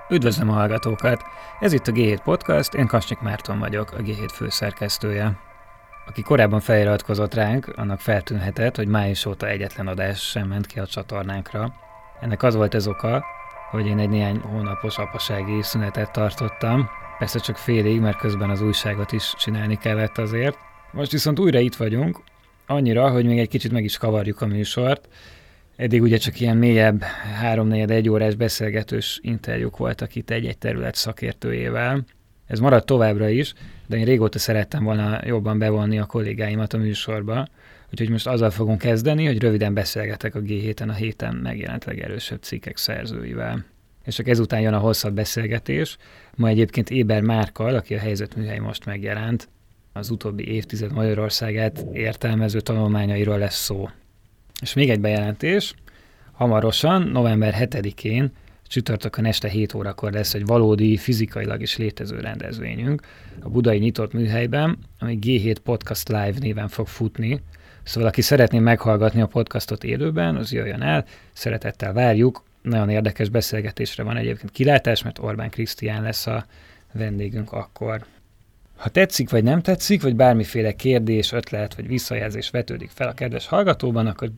Üdvözlöm a hallgatókat! Ez itt a G7 Podcast, én Kasnyik Márton vagyok, a G7 főszerkesztője. Aki korábban feliratkozott ránk, annak feltűnhetett, hogy május óta egyetlen adás sem ment ki a csatornánkra. Ennek az volt az oka, hogy én egy néhány hónapos apasági szünetet tartottam, persze csak félig, mert közben az újságot is csinálni kellett azért. Most viszont újra itt vagyunk, annyira, hogy még egy kicsit meg is kavarjuk a műsort. Eddig ugye csak ilyen mélyebb 3-4-1 órás beszélgetős interjúk voltak itt egy terület szakértőjével. Ez maradt továbbra is, de én régóta szerettem volna jobban bevonni a kollégáimat a műsorba, úgyhogy most azzal fogunk kezdeni, hogy röviden beszélgetek a G7-en a héten megjelent legerősebb cikkek szerzőivel. És csak ezután jön a hosszabb beszélgetés. Ma egyébként Éber Márkkal, aki a Helyzetműhely most megjelent, az utóbbi évtized Magyarországát értelmező tanulmányairól lesz szó. És még egy bejelentés, hamarosan, november 7-én, csütörtökön este 7 órakor lesz egy valódi, fizikailag is létező rendezvényünk a budai nyitott műhelyben, ami G7 Podcast Live néven fog futni. Szóval aki szeretné meghallgatni a podcastot élőben, az jöjjön el, szeretettel várjuk. Nagyon érdekes beszélgetésre van egyébként kilátás, mert Orbán Krisztián lesz a vendégünk akkor. Ha tetszik vagy nem tetszik, vagy bármiféle kérdés, ötlet vagy visszajelzés vetődik fel a kedves hallgatóban, akkor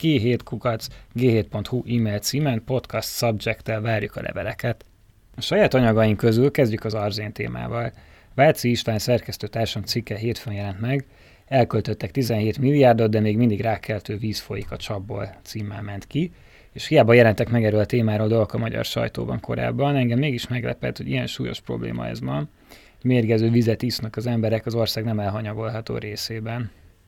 g7@g7.hu e-mail címen podcast subject-tel várjuk a leveleket. A saját anyagaink közül kezdjük az arzén témával. Váci István szerkesztőtársam cikke hétfőn jelent meg, elköltöttek 17 milliárdot, de még mindig rákkeltő víz folyik a csapból címmel ment ki, és hiába jelentek meg erről a témáról dolgok a magyar sajtóban korábban, engem mégis meglepett, hogy ilyen súlyos probléma ez ma. Mérgező vizet isznak az emberek az ország nem elhanyagolható részében.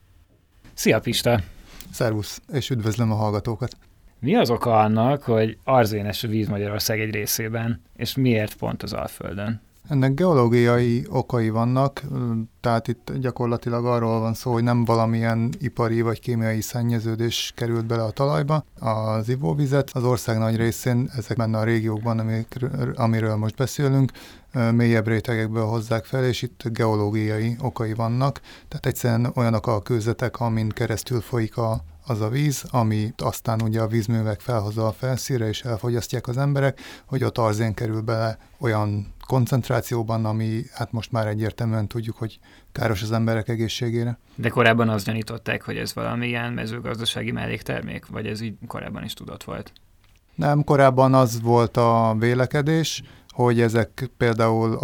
Szia Pista! Szervusz, és üdvözlöm a hallgatókat! Mi az oka annak, hogy arzénes a víz Magyarország egy részében, és miért pont az Alföldön? Ennek geológiai okai vannak, tehát itt gyakorlatilag arról van szó, hogy nem valamilyen ipari vagy kémiai szennyeződés került bele a talajba. Az ivóvizet az ország nagy részén, ezekben a régiókban, amiről most beszélünk, mélyebb rétegekből hozzák fel, és itt geológiai okai vannak. Tehát egyszerűen olyanok a kőzetek, amin keresztül folyik az a víz, amit aztán ugye a vízművek felhozza a felszínre, és elfogyasztják az emberek, hogy ott arzén kerül bele olyan koncentrációban, ami hát most már egyértelműen tudjuk, hogy káros az emberek egészségére. De korábban azt gyanították, hogy ez valamilyen mezőgazdasági melléktermék, vagy ez így korábban is tudott volt? Nem, korábban az volt a vélekedés, hogy ezek például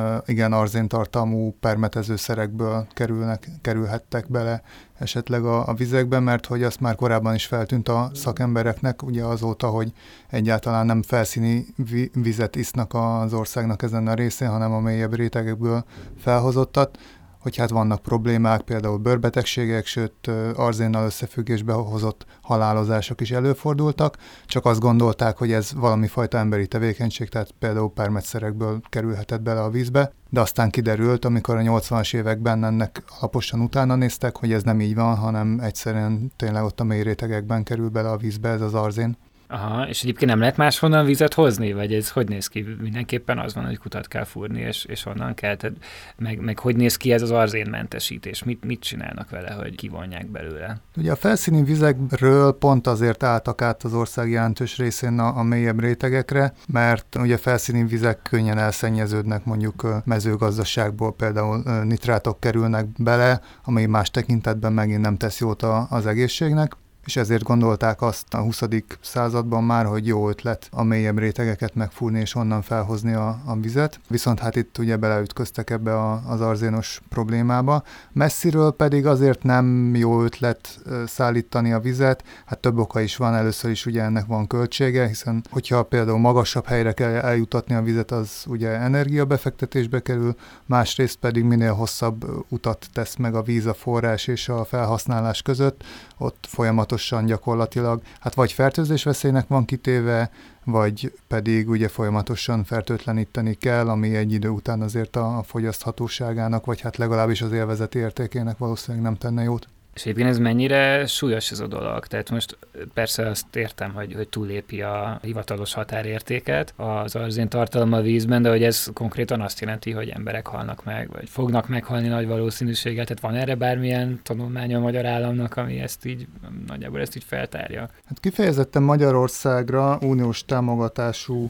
arzéntartalmú permetezőszerekből kerülhettek bele esetleg a vizekbe, mert hogy azt már korábban is feltűnt a szakembereknek, ugye azóta, hogy egyáltalán nem felszíni vizet isznak az országnak ezen a részén, hanem a mélyebb rétegekből felhozottat, hogy hát vannak problémák, például bőrbetegségek, sőt arzénnal összefüggésbe hozott halálozások is előfordultak, csak azt gondolták, hogy ez valami fajta emberi tevékenység, tehát például permetszerekből kerülhetett bele a vízbe, de aztán kiderült, amikor a 80-as években ennek alaposan utána néztek, hogy ez nem így van, hanem egyszerűen tényleg ott a mély rétegekben kerül bele a vízbe ez az arzén. Aha, és egyébként nem lehet máshonnan vizet hozni, vagy ez hogy néz ki? Mindenképpen az van, hogy kutat kell fúrni, és honnan kell, meg hogy néz ki ez az arzénmentesítés? Mit csinálnak vele, hogy kivonják belőle? Ugye a felszíni vizekről pont azért álltak át az ország jelentős részén a mélyebb rétegekre, mert ugye felszíni vizek könnyen elszennyeződnek, mondjuk mezőgazdaságból például nitrátok kerülnek bele, ami más tekintetben megint nem tesz jót az egészségnek. És ezért gondolták azt a 20. században már, hogy jó ötlet a mélyebb rétegeket megfúrni és onnan felhozni a vizet. Viszont hát itt ugye beleütköztek ebbe az arzénos problémába. Messziről pedig azért nem jó ötlet szállítani a vizet. Hát több oka is van, először is ugye ennek van költsége, hiszen hogyha például magasabb helyre kell eljutatni a vizet, az ugye energiabefektetésbe kerül, másrészt pedig minél hosszabb utat tesz meg a víz, a forrás és a felhasználás között, ott folyamatosan gyakorlatilag, hát vagy fertőzésveszélynek van kitéve, vagy pedig ugye folyamatosan fertőtleníteni kell, ami egy idő után azért a fogyaszthatóságának, vagy hát legalábbis az élvezeti értékének valószínűleg nem tenne jót. És egyébként ez mennyire súlyos ez a dolog? Tehát most persze azt értem, hogy túllépi a hivatalos határértéket az arzén tartalma a vízben, de hogy ez konkrétan azt jelenti, hogy emberek halnak meg, vagy fognak meghalni nagy valószínűséggel. Tehát van erre bármilyen tanulmánya a magyar államnak, ami ezt így nagyjából ezt így feltárja? Hát kifejezetten Magyarországra uniós támogatású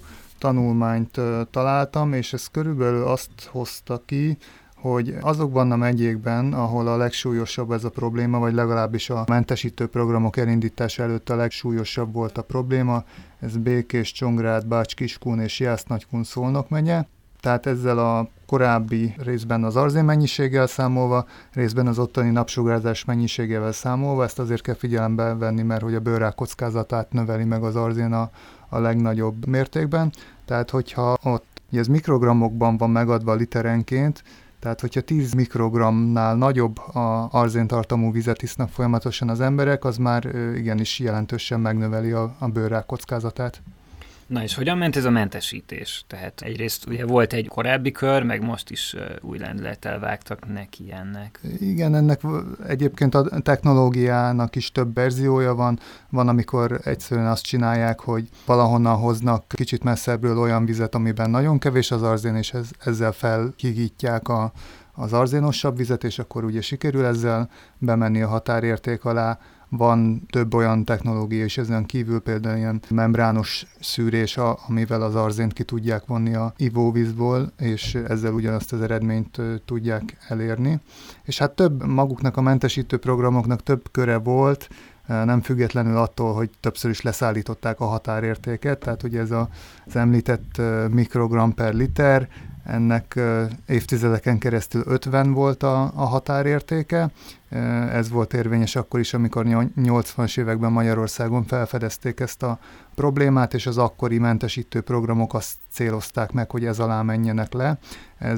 tanulmányt találtam, és ez körülbelül azt hozta ki, hogy azokban a megyékben, ahol a legsúlyosabb ez a probléma, vagy legalábbis a mentesítő programok elindítása előtt a legsúlyosabb volt a probléma, ez Békés, Csongrád, Bács-Kiskun és Jász-Nagykun-Szolnok megye. Tehát ezzel a korábbi részben az arzén mennyiséggel számolva, részben az ottani napsugárzás mennyiségével számolva, ezt azért kell figyelembe venni, mert hogy a bőrrák kockázatát növeli meg az arzén a legnagyobb mértékben. Tehát hogyha ott, ugye ez mikrogramokban van megadva literenként, tehát hogyha 10 mikrogramnál nagyobb arzéntartalmú vizet isznak folyamatosan az emberek, az már igenis jelentősen megnöveli a bőrrák kockázatát. Na és hogyan ment ez a mentesítés? Tehát egyrészt ugye volt egy korábbi kör, meg most is új lendülettel vágtak neki ennek. Igen, ennek egyébként a technológiának is több verziója van. Van, amikor egyszerűen azt csinálják, hogy valahonnan hoznak kicsit messzebbről olyan vizet, amiben nagyon kevés az arzén, és ezzel felhigítják az arzénosabb vizet, és akkor ugye sikerül ezzel bemenni a határérték alá. Van több olyan technológia is ezen kívül, például ilyen membrános szűrés, amivel az arzént ki tudják vonni a ivóvízból, és ezzel ugyanazt az eredményt tudják elérni. És hát több maguknak a mentesítő programoknak több köre volt, nem függetlenül attól, hogy többször is leszállították a határértéket, tehát ugye ez az említett mikrogram per liter, ennek évtizedeken keresztül 50 volt a határértéke. Ez volt érvényes akkor is, amikor 80-as években Magyarországon felfedezték ezt a problémát, és az akkori mentesítő programok azt célozták meg, hogy ez alá menjenek le. Ez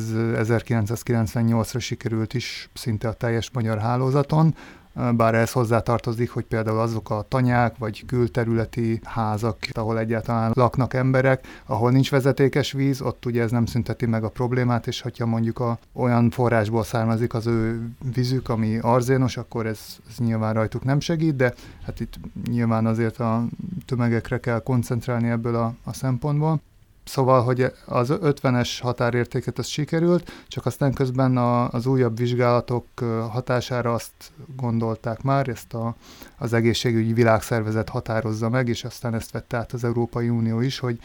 1998-ra sikerült is szinte a teljes magyar hálózaton, bár ehhez hozzátartozik, hogy például azok a tanyák vagy külterületi házak, ahol egyáltalán laknak emberek, ahol nincs vezetékes víz, ott ugye ez nem szünteti meg a problémát, és hogyha mondjuk olyan forrásból származik az ő vízük, ami arzénos, akkor ez nyilván rajtuk nem segít, de hát itt nyilván azért a tömegekre kell koncentrálni ebből a szempontból. Szóval, hogy az 50-es határértéket az sikerült, csak aztán közben az újabb vizsgálatok hatására azt gondolták már, ezt az egészségügyi világszervezet határozza meg, és aztán ezt vette át az Európai Unió is, hogy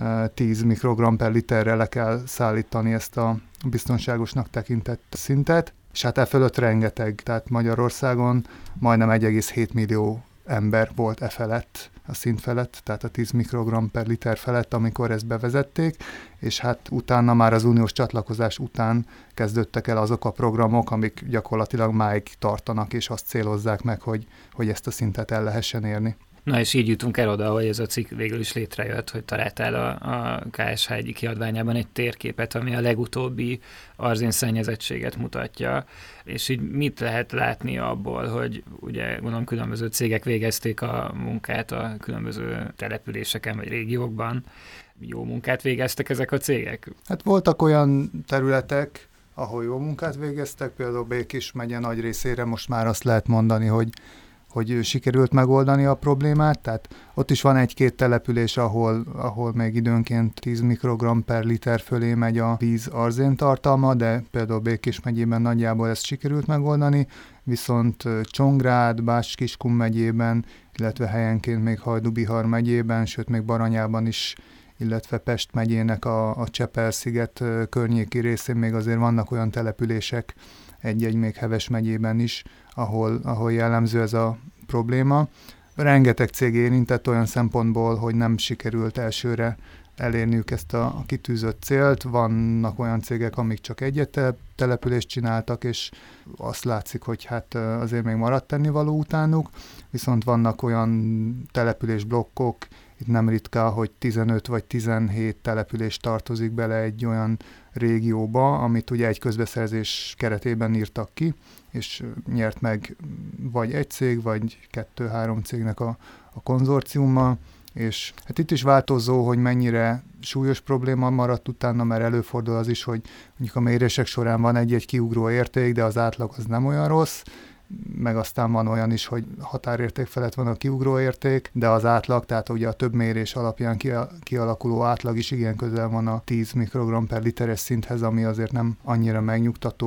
10 mikrogram per literre le kell szállítani ezt a biztonságosnak tekintett szintet, és hát e fölött rengeteg, tehát Magyarországon majdnem 1,7 millió ember volt e felett, a szint felett, tehát a 10 mikrogram per liter felett, amikor ezt bevezették, és hát utána már az uniós csatlakozás után kezdődtek el azok a programok, amik gyakorlatilag máig tartanak, és azt célozzák meg, hogy ezt a szintet el lehessen érni. Na és így jutunk el oda, hogy ez a cikk végül is létrejött, hogy találtál a KSH egyik kiadványában egy térképet, ami a legutóbbi arzénszennyezettséget mutatja, és így mit lehet látni abból, hogy ugye gondolom különböző cégek végezték a munkát a különböző településeken vagy régiókban. Jó munkát végeztek ezek a cégek? Hát voltak olyan területek, ahol jó munkát végeztek, például Békés megye nagy részére most már azt lehet mondani, hogy sikerült megoldani a problémát, tehát ott is van egy-két település, ahol még időnként 10 mikrogram per liter fölé megy a víz arzéntartalma, de például Békés megyében nagyjából ezt sikerült megoldani, viszont Csongrád, Bács-Kiskun megyében, illetve helyenként még Hajdú-Bihar megyében, sőt még Baranyában is, illetve Pest megyének a Csepel-sziget környéki részén még azért vannak olyan települések, egy-egy még Heves megyében is, ahol jellemző ez a probléma. Rengeteg cég érintett olyan szempontból, hogy nem sikerült elsőre elérniük ezt a kitűzött célt. Vannak olyan cégek, amik csak egy települést csináltak, és azt látszik, hogy hát azért még maradt tennivaló utánuk, viszont vannak olyan településblokkok, itt nem ritka, hogy 15 vagy 17 település tartozik bele egy olyan régióba, amit ugye egy közbeszerzés keretében írtak ki, és nyert meg vagy egy cég, vagy 2-3 cégnek a konzorciuma, és hát itt is változó, hogy mennyire súlyos probléma maradt utána, mert előfordul az is, hogy mondjuk a mérések során van egy-egy kiugró érték, de az átlag az nem olyan rossz, meg aztán van olyan is, hogy határérték felett van a kiugró érték, de az átlag, tehát ugye a több mérés alapján kialakuló átlag is igen közel van a 10 mikrogram per literes szinthez, ami azért nem annyira megnyugtató.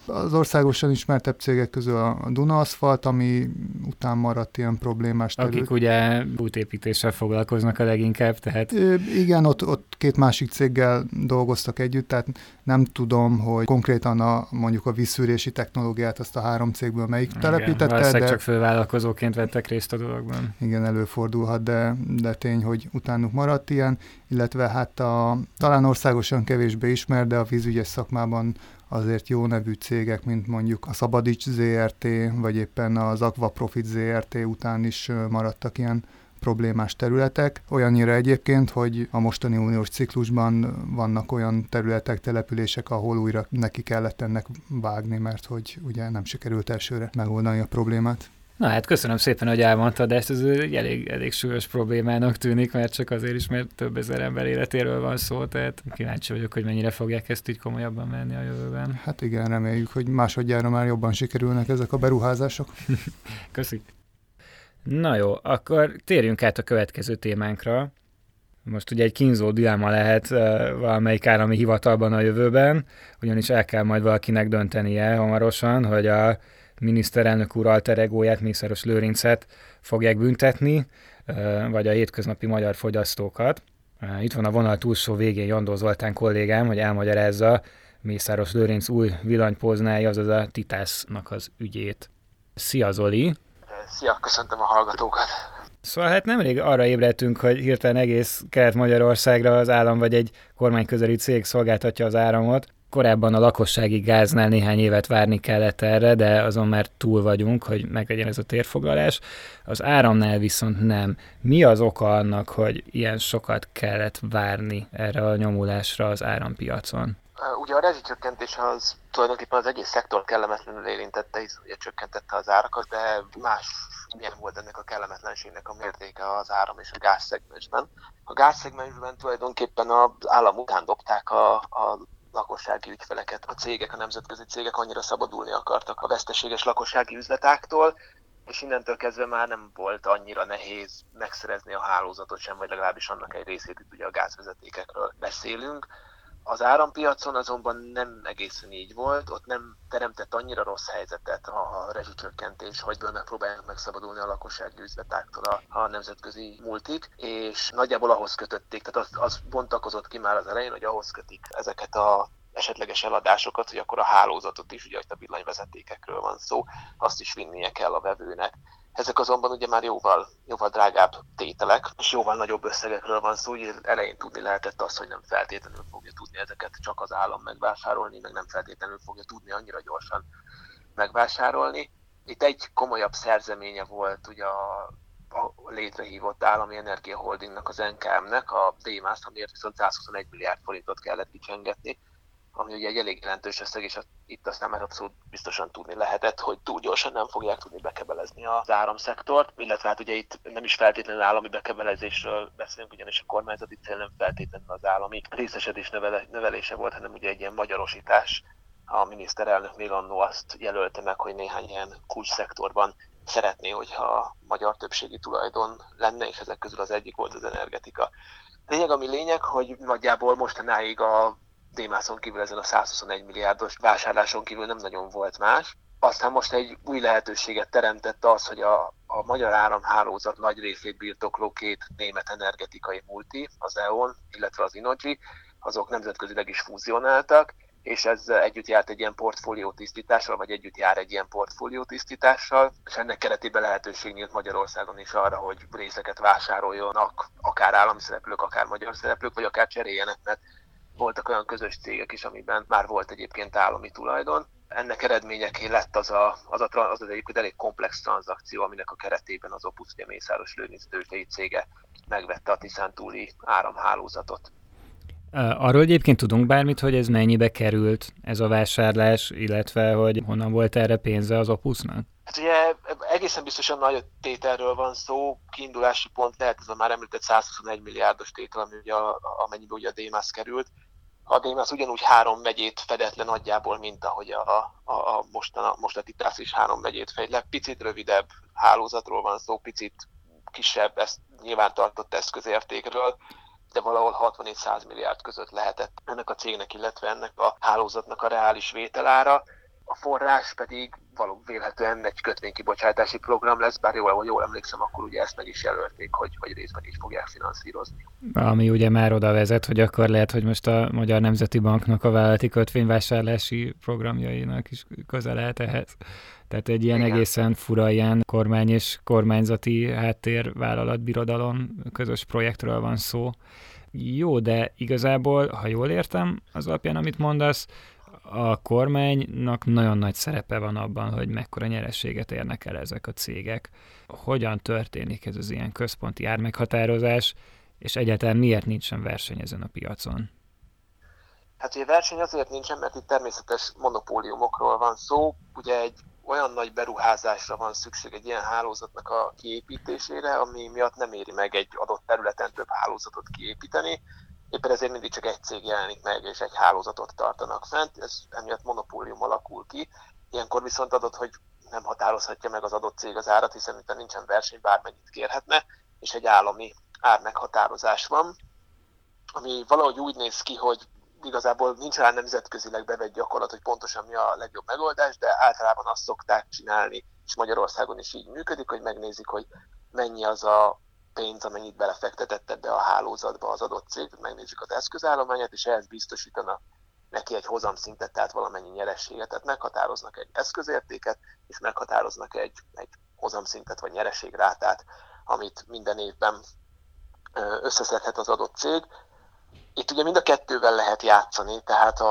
Az országosan ismertebb cégek közül a Duna Aszfalt, ami után maradt ilyen problémás terület. Akik ugye útépítéssel foglalkoznak a leginkább, tehát... Igen, ott két másik céggel dolgoztak együtt, tehát nem tudom, hogy konkrétan mondjuk a vízszűrési technológiát azt a 3 cégből melyik telepítette. Valószínűleg csak fővállalkozóként vettek részt a dologban. Igen, előfordulhat, de tény, hogy utánuk maradt ilyen, illetve hát talán országosan kevésbé ismert, de a vízügyes szakmában azért jó nevű cégek, mint mondjuk a Szabadics ZRT, vagy éppen az Aquaprofit ZRT után is maradtak ilyen problémás területek. Olyannyira egyébként, hogy a mostani uniós ciklusban vannak olyan területek, települések, ahol újra neki kellett ennek vágni, mert hogy ugye nem sikerült elsőre megoldani a problémát. Na hát köszönöm szépen, hogy elmondtad, de ez elég súlyos problémának tűnik, mert csak azért is, mert több ezer ember életéről van szó, tehát kíváncsi vagyok, hogy mennyire fogják ezt így komolyabban venni a jövőben. Hát igen, reméljük, hogy másodjára már jobban sikerülnek ezek a beruházások. Köszi. Na jó, akkor térjünk át a következő témánkra. Most ugye egy kínzó dilemma lehet valamelyik állami hivatalban a jövőben, ugyanis el kell majd valakinek döntenie hamarosan, hogy a miniszterelnök úr alter egóját, Mészáros Lőrincet fogják büntetni, vagy a hétköznapi magyar fogyasztókat. Itt van a vonal túlsó végén Jandó Zoltán kollégám, hogy elmagyarázza Mészáros Lőrinc új villanypóznája, azaz a Titásznak az ügyét. Szia Zoli! Szia, köszöntöm a hallgatókat! Szóval hát nemrég arra ébredtünk, hogy hirtelen egész Kelet-Magyarországra az állam vagy egy kormányközeli cég szolgáltatja az áramot. Korábban a lakossági gáznál néhány évet várni kellett erre, de azon már túl vagyunk, hogy meglegyen ez a térfoglalás. Az áramnál viszont nem. Mi az oka annak, hogy ilyen sokat kellett várni erre a nyomulásra az árampiacon? Ugye a rezsicsökkentés az tulajdonképpen az egész szektort kellemetlenül érintette, hisz ugye csökkentette az árakat, de milyen volt ennek a kellemetlenségnek a mértéke az áram és a gázszegmensben. A gázszegmensben tulajdonképpen az állam után dobták a lakossági ügyfeleket. A cégek, a nemzetközi cégek annyira szabadulni akartak a veszteséges lakossági üzletáktól, és innentől kezdve már nem volt annyira nehéz megszerezni a hálózatot sem, vagy legalábbis annak egy részét, itt ugye a gázvezetékekről beszélünk. Az árampiacon azonban nem egészen így volt, ott nem teremtett annyira rossz helyzetet a rezsicsökkentés, hogy megpróbálják megszabadulni a lakossági üzletáktól a nemzetközi multik, és nagyjából ahhoz kötötték, tehát az bontakozott ki már az elején, hogy ahhoz kötik ezeket a esetleges eladásokat, hogy akkor a hálózatot is, ugye hogy a villanyvezetékekről van szó, azt is vinnie kell a vevőnek. Ezek azonban ugye már jóval drágább tételek, és jóval nagyobb összegekről van szó, hogy elején tudni lehetett azt, hogy nem feltétlenül fogja tudni ezeket csak az állam megvásárolni, meg nem feltétlenül fogja tudni annyira gyorsan megvásárolni. Itt egy komolyabb szerzeménye volt ugye a létrehívott állami energiaholdingnak, az NKM-nek, a DMAS, amiért viszont 121 milliárd forintot kellett kicsengetni, ami ugye egy elég jelentős összeg, és itt aztán már abszolút biztosan tudni lehetett, hogy túl gyorsan nem fogják tudni bekebelezni az áramszektort, illetve hát ugye itt nem is feltétlenül állami bekebelezésről beszélünk, ugyanis a kormányzati cél nem feltétlenül az állami részesedés növelése volt, hanem ugye egy ilyen magyarosítás. A miniszterelnök még annó azt jelölte meg, hogy néhány ilyen kulcsszektorban szeretné, hogyha a magyar többségi tulajdon lenne, és ezek közül az egyik volt az energetika. Lényeg, hogy nagyjából mostanáig a DMAS-on kívül ezen a 121 milliárdos vásárláson kívül nem nagyon volt más. Aztán most egy új lehetőséget teremtett az, hogy a magyar áramhálózat nagy részét birtokló két német energetikai multi, az E.ON, illetve az Innogy, azok nemzetközileg is fúzionáltak, és ez együtt járt egy ilyen portfóliótisztítással, vagy együtt jár egy ilyen portfóliótisztítással, és ennek keretében lehetőség nyílt Magyarországon is arra, hogy részeket vásároljanak akár állami szereplők, akár magyar szereplők, vagy akár cseréljenek, mert voltak olyan közös cégek is, amiben már volt egyébként állami tulajdon. Ennek eredményeként lett az egyébként elég komplex tranzakció, aminek a keretében az Opus, ugye Mészáros Lőrinc tőzsdei cége megvette a Tiszántúli áramhálózatot. Arról egyébként tudunk bármit, hogy ez mennyibe került ez a vásárlás, illetve hogy honnan volt erre pénze az Opusnak? Hát ugye egészen biztosan nagy tételről van szó, kiindulási pont lehet ez a már említett 121 milliárdos tétel, ami ugye amennyibe ugye a DMAS került. A DMAS ugyanúgy 3 megyét fedett le nagyjából, mint ahogy most a Titász is 3 megyét fed le. Picit rövidebb hálózatról van szó, picit kisebb, ezt nyilván tartott eszközértékről, de valahol 60 és 100 milliárd között lehetett ennek a cégnek, illetve ennek a hálózatnak a reális vételára. a forrás pedig vélhetően egy kötvénykibocsátási program lesz, bár jól emlékszem, akkor ugye ezt meg is jelölték, hogy részben is fogják finanszírozni. Ami ugye már oda vezet, hogy akkor lehet, hogy most a Magyar Nemzeti Banknak a vállalati kötvényvásárlási programjainak is köze lehet ehhez. Tehát egy ilyen egészen fura ilyen kormány és kormányzati háttérvállalatbirodalom közös projektről van szó. Jó, de igazából, ha jól értem az alapján, amit mondasz, a kormánynak nagyon nagy szerepe van abban, hogy mekkora nyereséget érnek el ezek a cégek. Hogyan történik ez az ilyen központi ármeghatározás, és egyáltalán miért nincsen verseny ezen a piacon? Hát ugye verseny azért nincsen, mert itt természetes monopóliumokról van szó. Ugye egy olyan nagy beruházásra van szükség egy ilyen hálózatnak a kiépítésére, ami miatt nem éri meg egy adott területen több hálózatot kiépíteni. Éppen ezért mindig csak egy cég jelenik meg, és egy hálózatot tartanak fent, ez emiatt monopólium alakul ki. Ilyenkor viszont adott, hogy nem határozhatja meg az adott cég az árat, hiszen itt nincsen verseny, bármennyit kérhetne, és egy állami ármeghatározás van, ami valahogy úgy néz ki, hogy igazából nincs rá nemzetközileg bevett gyakorlat, hogy pontosan mi a legjobb megoldás, de általában azt szokták csinálni, és Magyarországon is így működik, hogy megnézik, hogy mennyi az a pénz, amennyit belefektetett ebbe a hálózatba az adott cég, megnézik az eszközállományát, és ehhez biztosítanak neki egy hozamszintet, tehát valamennyi nyerességet, tehát meghatároznak egy eszközértéket, és meghatároznak egy hozamszintet vagy nyereségrátát, amit minden évben összeszedhet az adott cég. Itt ugye mind a kettővel lehet játszani, tehát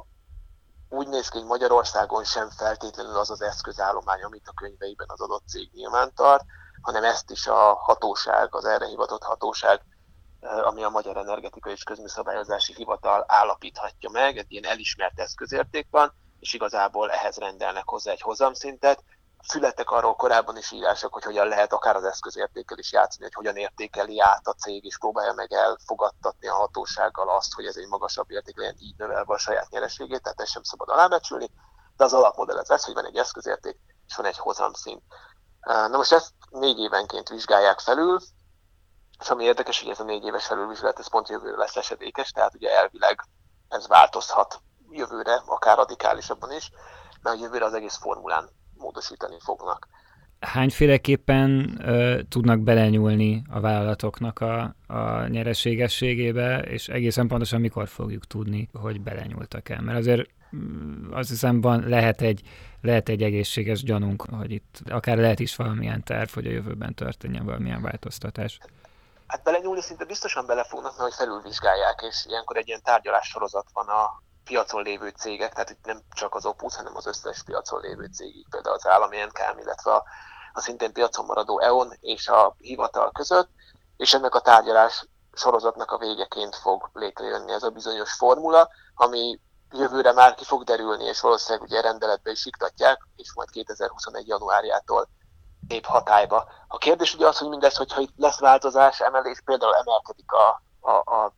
úgy néz ki, hogy Magyarországon sem feltétlenül az az eszközállomány, amit a könyveiben az adott cég nyilván tart, hanem ezt is a hatóság, az erre hivatott hatóság, ami a Magyar Energetikai és Közműszabályozási Hivatal állapíthatja meg, egy ilyen elismert eszközérték van, és igazából ehhez rendelnek hozzá egy hozamszintet. Születtek arról korábban is írások, hogy hogyan lehet akár az eszközértékkel is játszani, hogy hogyan értékeli át a cég, és próbálja meg elfogadtatni a hatósággal azt, hogy ez egy magasabb érték legyen, így növelve a saját nyereségét, tehát ezt sem szabad alábecsülni. De az alapmodell az lesz, hogy van egy eszközérték, és van egy hozamszint. Na most ezt 4 évenként vizsgálják felül, és ami érdekes, hogy ez a 4 éves felülvizsgálat, ez pont jövőre lesz esedékes, tehát ugye elvileg ez változhat jövőre, akár radikálisabban is, mert jövőre az egész formulán módosítani fognak. Hányféleképpen tudnak belenyúlni a vállalatoknak a nyereségességébe, és egészen pontosan mikor fogjuk tudni, hogy belenyúltak el? Mert azért azt hiszem, lehet egy egészséges gyanunk, hogy itt akár lehet is valamilyen terv, hogy a jövőben történjen valamilyen változtatás. Hát belenyúlni szinte biztosan bele fognak, mert hogy felülvizsgálják, és ilyenkor egy ilyen tárgyalássorozat van a piacon lévő cégek, tehát itt nem csak az Opus, hanem az összes piacon lévő cég, például az állami NKM, illetve a szintén piacon maradó EON és a hivatal között, és ennek a tárgyalás sorozatnak a végeként fog létrejönni ez a bizonyos formula, ami jövőre már ki fog derülni, és valószínűleg ugye rendeletbe is iktatják, és majd 2021. januárjától lép hatályba. A kérdés ugye az, hogy mindez, hogyha itt lesz változás, emelés, például emelkedik a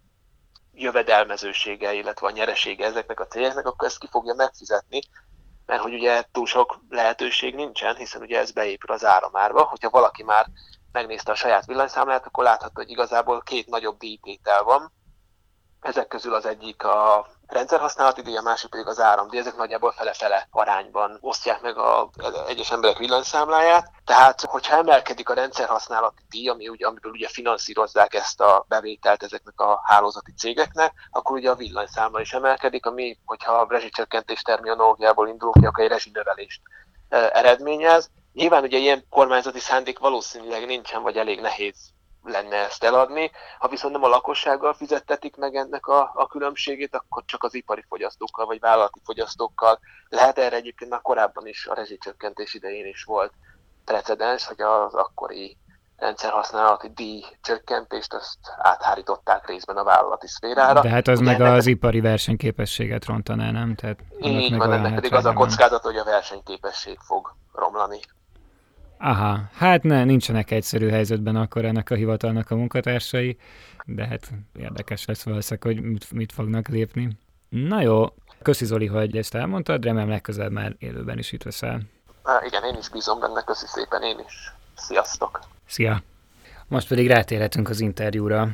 jövedelmezősége, illetve a nyeresége ezeknek a cégeknek, akkor ezt ki fogja megfizetni, mert hogy ugye túl sok lehetőség nincsen, hiszen ugye ez beépül az áramárba. Hogyha valaki már megnézte a saját villanyszámlát, akkor látható, hogy igazából 2 nagyobb díjtétel van. Ezek közül az egyik a rendszerhasználati díj, a másik pedig az áramdíj. Ezek nagyjából fele-fele arányban osztják meg az egyes emberek villanyszámláját. Tehát, hogyha emelkedik a rendszerhasználati díj, amiből ugye finanszírozzák ezt a bevételt ezeknek a hálózati cégeknek, akkor ugye a villanyszámla is emelkedik, ami, hogyha a rezsicsökkentés terminológiából indulunk ki, akkor egy rezsinövelést eredményez. Nyilván ugye ilyen kormányzati szándék valószínűleg nincsen, vagy elég nehéz lenne ezt eladni. Ha viszont nem a lakossággal fizettetik meg ennek a különbségét, akkor csak az ipari fogyasztókkal vagy vállalati fogyasztókkal lehet. Erre egyébként már korábban is a rezsicsökkentés idején is volt precedens, hogy az akkori rendszerhasználati díj csökkentést azt áthárították részben a vállalati szférára. De hát az meg az ipari versenyképességet rontaná, nem? Tehát így van, ennek pedig az a kockázat, hogy a versenyképesség fog romlani. Aha, hát nincsenek egyszerű helyzetben akkor ennek a hivatalnak a munkatársai, de hát érdekes lesz valószínűleg, hogy mit fognak lépni. Na jó, köszi Zoli, hogy ezt elmondtad, remélem legközelebb már élőben is itt veszel. Igen, én is bízom benne, köszi szépen, én is. Sziasztok! Szia! Most pedig rátérhetünk az interjúra.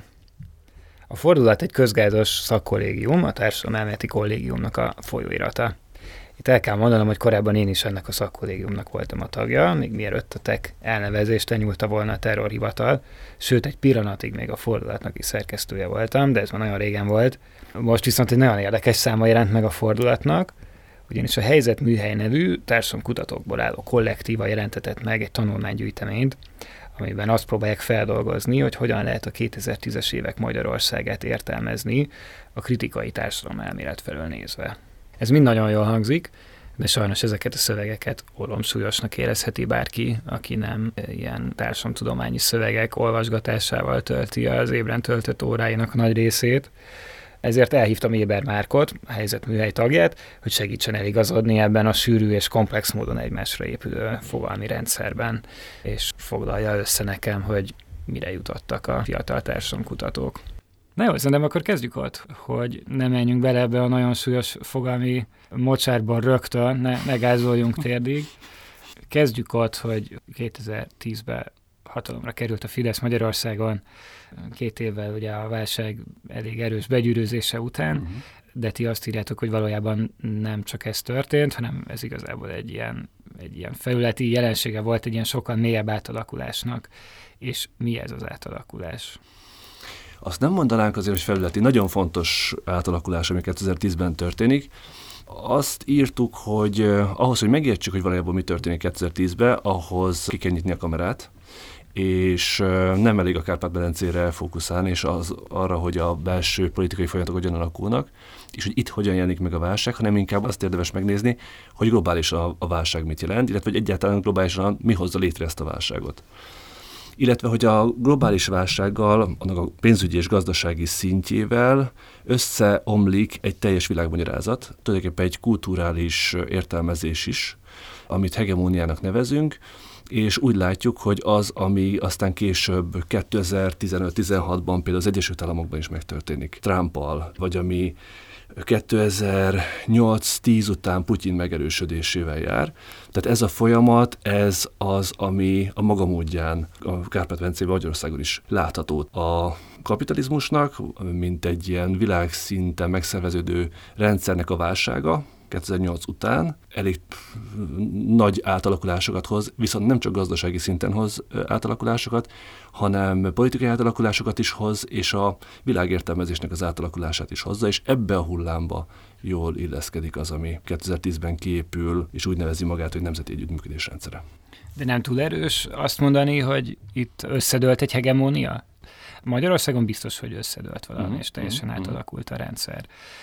A fordulat egy közgázos szakkollégium, a Társadalomelméleti Kollégiumnak a folyóirata. Itt el kell mondanom, hogy korábban én is ennek a szakkollégiumnak voltam a tagja, még mielőtt a TEK elnevezést lenyúlta volna a terrorhivatal, sőt egy pillanatig még a fordulatnak is szerkesztője voltam, de ez már nagyon régen volt. Most viszont egy nagyon érdekes száma jelent meg a fordulatnak, ugyanis a Helyzet Műhely nevű társadalomkutatókból álló kollektíva jelentetett meg egy tanulmánygyűjteményt, amiben azt próbálják feldolgozni, hogy hogyan lehet a 2010-es évek Magyarországát értelmezni a kritikai társadalomelmélet felől nézve. Ez mind nagyon jól hangzik, de sajnos ezeket a szövegeket orromsúlyosnak érezheti bárki, aki nem ilyen társadalomtudományi szövegek olvasgatásával tölti az ébren töltött óráinak nagy részét. Ezért elhívtam Éber Márkot, a Helyzet Műhely tagját, hogy segítsen eligazodni ebben a sűrű és komplex módon egymásra épülő fogalmi rendszerben, és foglalja össze nekem, hogy mire jutottak a fiatal társadalomkutatók. Na jó, szerintem akkor kezdjük ott, hogy ne menjünk bele ebbe a nagyon súlyos fogalmi mocsárban rögtön, ne gázoljunk térdig. Kezdjük ott, hogy 2010-ben hatalomra került a Fidesz Magyarországon, 2 évvel ugye a válság elég erős begyűrűzése után, de ti azt írjátok, hogy valójában nem csak ez történt, hanem ez igazából egy ilyen felületi jelensége volt, egy ilyen sokkal mélyebb átalakulásnak. És mi ez az átalakulás? Azt nem mondanánk azért, hogy felületi. Nagyon fontos átalakulás, ami 2010-ben történik. Azt írtuk, hogy ahhoz, hogy megértsük, hogy valójában mi történik 2010-ben, ahhoz ki kell nyitni a kamerát, és nem elég a Kárpát-medencére fókuszálni, és arra, hogy a belső politikai folyamatok hogyan alakulnak, és hogy itt hogyan jelenik meg a válság, hanem inkább azt érdemes megnézni, hogy globálisan a válság mit jelent, illetve hogy egyáltalán globálisan mi hozza létre ezt a válságot. Illetve, hogy a globális válsággal, annak a pénzügyi és gazdasági szintjével összeomlik egy teljes világmagyarázat, tulajdonképpen egy kulturális értelmezés is, amit hegemóniának nevezünk, és úgy látjuk, hogy az, ami aztán később 2015-16-ban például az Egyesült Államokban is megtörténik Trumpal, vagy ami 2008-10 után Putyin megerősödésével jár. Tehát ez a folyamat, ez az, ami a maga módján a Kárpát-medencében Magyarországon is látható. A kapitalizmusnak, mint egy ilyen világszinten megszerveződő rendszernek a válsága, 2008 után elég nagy átalakulásokat hoz, viszont nem csak gazdasági szinten hoz átalakulásokat, hanem politikai átalakulásokat is hoz, és a világértelmezésnek az átalakulását is hozza, és ebbe a hullámba jól illeszkedik az, ami 2010-ben kiépül, és úgy nevezi magát, hogy nemzeti együttműködés rendszere. De nem túl erős azt mondani, hogy itt összedőlt egy hegemónia? Magyarországon biztos, hogy összedőlt valami, és teljesen átalakult a rendszer.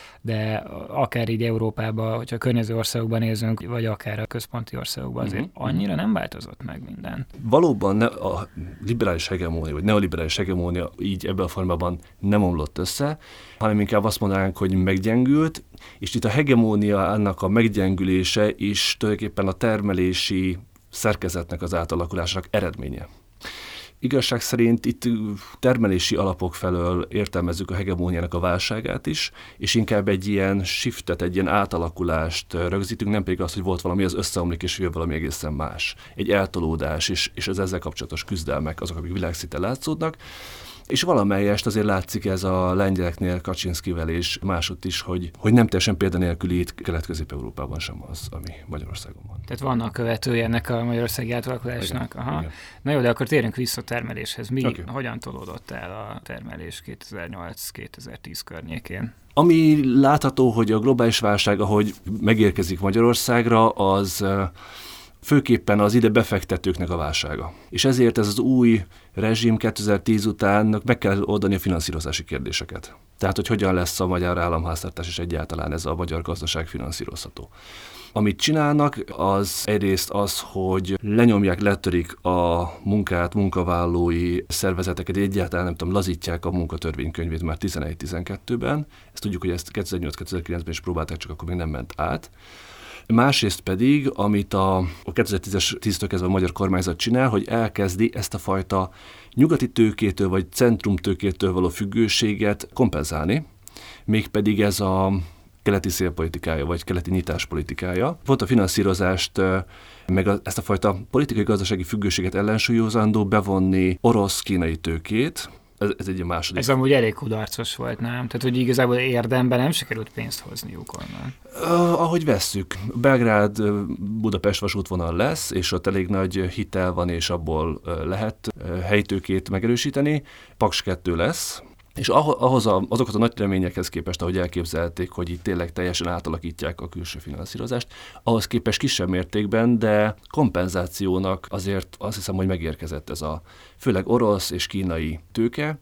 De akár így Európában, hogyha a környező országokban nézünk, vagy akár a központi országokban, azért annyira nem változott meg minden. Valóban a liberális hegemónia, vagy neoliberális hegemónia így ebben a formában nem omlott össze, hanem inkább azt mondanánk, hogy meggyengült, és itt a hegemónia annak a meggyengülése is tulajdonképpen a termelési szerkezetnek az átalakulásának eredménye. Igazság szerint itt termelési alapok felől értelmezzük a hegemóniának a válságát is, és inkább egy ilyen shiftet, egy ilyen átalakulást rögzítünk, nem pedig az, hogy volt valami, az összeomlik, és jön valami egészen más. Egy eltolódás, és az ezzel kapcsolatos küzdelmek azok, amik világszinten látszódnak. És valamelyest azért látszik ez a lengyeleknél, Kaczynszkivel és másutt is, hogy nem teljesen példanélküli itt Kelet-Közép-Európában sem az, ami Magyarországon van. Tehát vannak követői ennek a magyarországi átalakulásnak. Igen, Aha. igen. Na jó, de akkor térjünk vissza a termeléshez. Hogyan tolódott el a termelés 2008-2010 környékén? Ami látható, hogy a globális válság, ahogy megérkezik Magyarországra, az főképpen az ide befektetőknek a válsága. És ezért ez az új rezsim 2010 után meg kell oldani a finanszírozási kérdéseket. Tehát, hogy hogyan lesz a magyar államháztartás és egyáltalán ez a magyar gazdaság finanszírozható. Amit csinálnak, az egyrészt az, hogy lenyomják, letörik a munkavállalói szervezeteket, egyáltalán nem tudom, lazítják a munkatörvénykönyvét már 11-12-ben. Ezt tudjuk, hogy ezt 2008-2009-ben is próbálták, csak akkor még nem ment át. Másrészt pedig, amit a 2010-től kezdve a magyar kormányzat csinál, hogy elkezdi ezt a fajta nyugati tőkétől vagy centrumtőkétől való függőséget kompenzálni, mégpedig ez a keleti szélpolitikája, vagy keleti nyitáspolitikája. Pont a finanszírozást, meg ezt a fajta politikai-gazdasági függőséget ellensúlyozandó bevonni orosz-kínai tőkét. ez egy második. Ez amúgy elég kudarcos volt, nem? Tehát, hogy igazából érdemben nem sikerült pénzt hozniuk onnan. Ahogy vesszük, Belgrád-Budapest vasútvonal lesz, és ott elég nagy hitel van, és abból lehet helytőkét megerősíteni. Paks 2 lesz, és azokat a nagy reményekhez képest, ahogy elképzelték, hogy itt tényleg teljesen átalakítják a külső finanszírozást, ahhoz képest kisebb mértékben, de kompenzációnak azért azt hiszem, hogy megérkezett ez a főleg orosz és kínai tőke.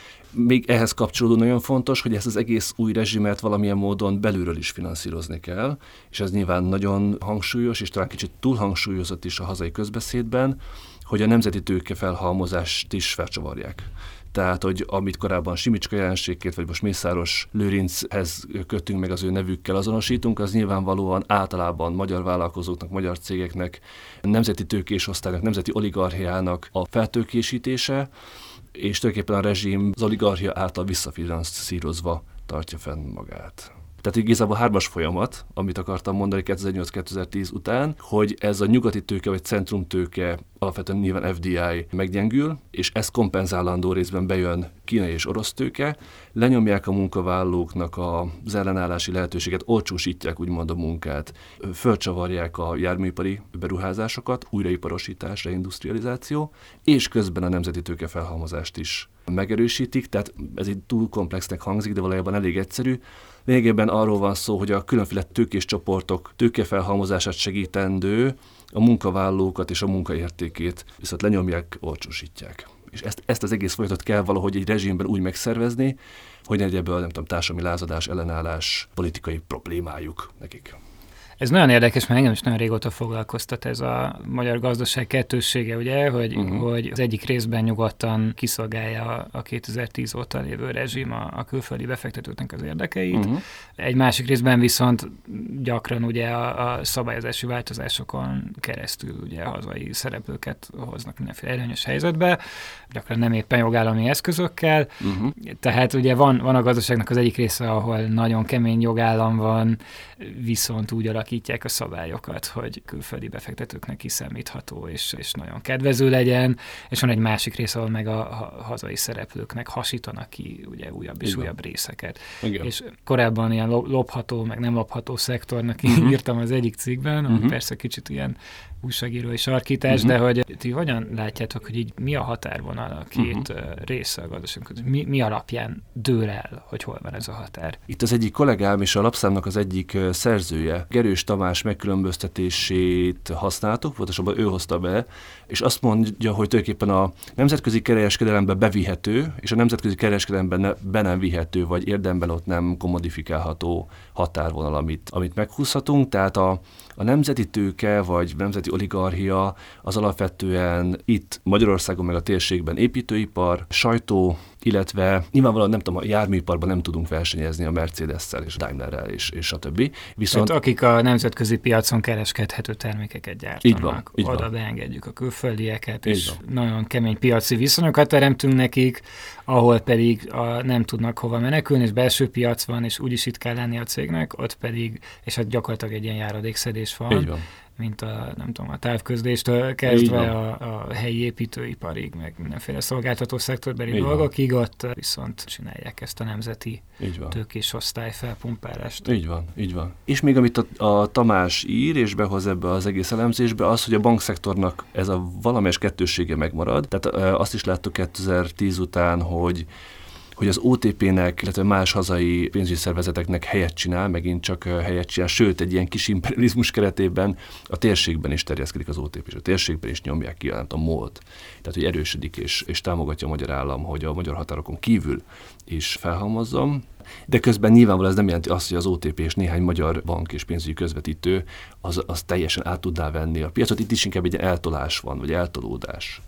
Még ehhez kapcsolódó nagyon fontos, hogy ezt az egész új rezsimet valamilyen módon belülről is finanszírozni kell, és ez nyilván nagyon hangsúlyos, és talán kicsit túlhangsúlyozott is a hazai közbeszédben, hogy a nemzeti tőke felhalmozást is felcsavarják. Tehát, hogy amit korábban Simicska jelenségként, vagy most Mészáros Lőrinchez kötünk meg az ő nevükkel azonosítunk, az nyilvánvalóan általában magyar vállalkozóknak, magyar cégeknek, nemzeti tőkés osztálynak, nemzeti oligarchiának a feltőkésítése, és tulajdonképpen a rezsim az oligarchia által visszafinanszírozva tartja fenn magát. Tehát igazából 3-as folyamat, amit akartam mondani 2008-2010 után, hogy ez a nyugati tőke vagy centrumtőke, alapvetően nyilván FDI meggyengül, és ez kompenzálandó részben bejön kínai és orosz tőke, lenyomják a munkavállalóknak az ellenállási lehetőséget, olcsósítják úgymond a munkát, fölcsavarják a járműipari beruházásokat, újraiparosítás, reindustrializáció, és közben a nemzeti tőke felhalmozást is megerősítik, tehát ez így túl komplexnek hangzik, de valójában elég egyszerű. Lényegében arról van szó, hogy a különféle tőkés csoportok tőkefelhalmozását segítendő a munkavállalókat és a munkaértékét viszont lenyomják, olcsósítják. És ezt az egész folyamatot kell valahogy egy rezsimben úgy megszervezni, hogy ne legyen ebből, nem tudom, társadalmi lázadás, ellenállás, politikai problémájuk nekik. Ez nagyon érdekes, mert engem is nagyon régóta foglalkoztat ez a magyar gazdaság kettőssége, ugye, hogy az egyik részben nyugodtan kiszolgálja a 2010 óta lévő rezsim a külföldi befektetőknek az érdekeit. Egy másik részben viszont gyakran ugye a szabályozási változásokon keresztül ugye a hazai szereplőket hoznak mindenféle előnyös helyzetbe, gyakran nem éppen jogállami eszközökkel. Tehát ugye van a gazdaságnak az egyik része, ahol nagyon kemény jogállam van, viszont úgy alakítják a szabályokat, hogy külföldi befektetőknek kiszámítható és nagyon kedvező legyen, és van egy másik rész, ahol meg a hazai szereplőknek hasítanak ki ugye újabb és újabb részeket. Igen. És korábban ilyen lopható, meg nem lopható szektornak írtam az egyik cikkben, ami persze kicsit ilyen újságírói sarkítás, de hogy ti hogyan látjátok, hogy így mi a határvonal a két része a gazdaságnak? Mi alapján dől el, hogy hol van ez a határ? Itt az egyik kollégám és a lapszámnak az egyik szerzője, Gerős Tamás megkülönböztetését használtuk, pontosabban ő hozta be, és azt mondja, hogy tulajdonképpen a nemzetközi kereskedelembe bevihető, és a nemzetközi kereskedelemben be nem vihető, vagy érdemben ott nem kommodifikálható határvonal, amit meghúzhatunk. Tehát a nemzeti tőke, vagy nemzeti oligarchia az alapvetően itt Magyarországon meg a térségben építőipar, sajtó, illetve nyilvánvalóan nem tudom, a járműiparban nem tudunk versenyezni a Mercedes-szel és Daimlerrel és stb. Viszont tehát akik a nemzetközi piacon kereskedhető termékeket gyártanak, oda beengedjük a külföldieket, és nagyon kemény piaci viszonyokat teremtünk nekik, ahol pedig nem tudnak hova menekülni, és belső piac van, és úgyis itt kell lenni a cégnek, ott pedig, és hát gyakorlatilag egy ilyen járadékszedés van. Mint a távközléstől kezdve a helyi építőiparig, meg mindenféle szolgáltató szektorbeli dolgokig, ott viszont csinálják ezt a nemzeti tőkés osztály felpumpálást. Így van. És még amit a Tamás ír, és behoz ebbe az egész elemzésbe, az, hogy a bankszektornak ez a valamelyes kettőssége megmarad. Tehát azt is láttuk 2010 után, hogy az OTP-nek, illetve más hazai pénzügyi szervezeteknek helyet csinál, megint csak helyet csinál, sőt, egy ilyen kis imperializmus keretében a térségben is terjeszkedik az OTP, és a térségben is nyomják ki a MOL-t. Tehát, hogy erősödik és támogatja a magyar állam, hogy a magyar határokon kívül is felhalmozzon. De közben nyilvánvalóan ez nem jelenti azt, hogy az OTP és néhány magyar bank és pénzügyi közvetítő az teljesen át tudná venni a piacot. Itt is inkább egy eltolás van, vagy eltolódás.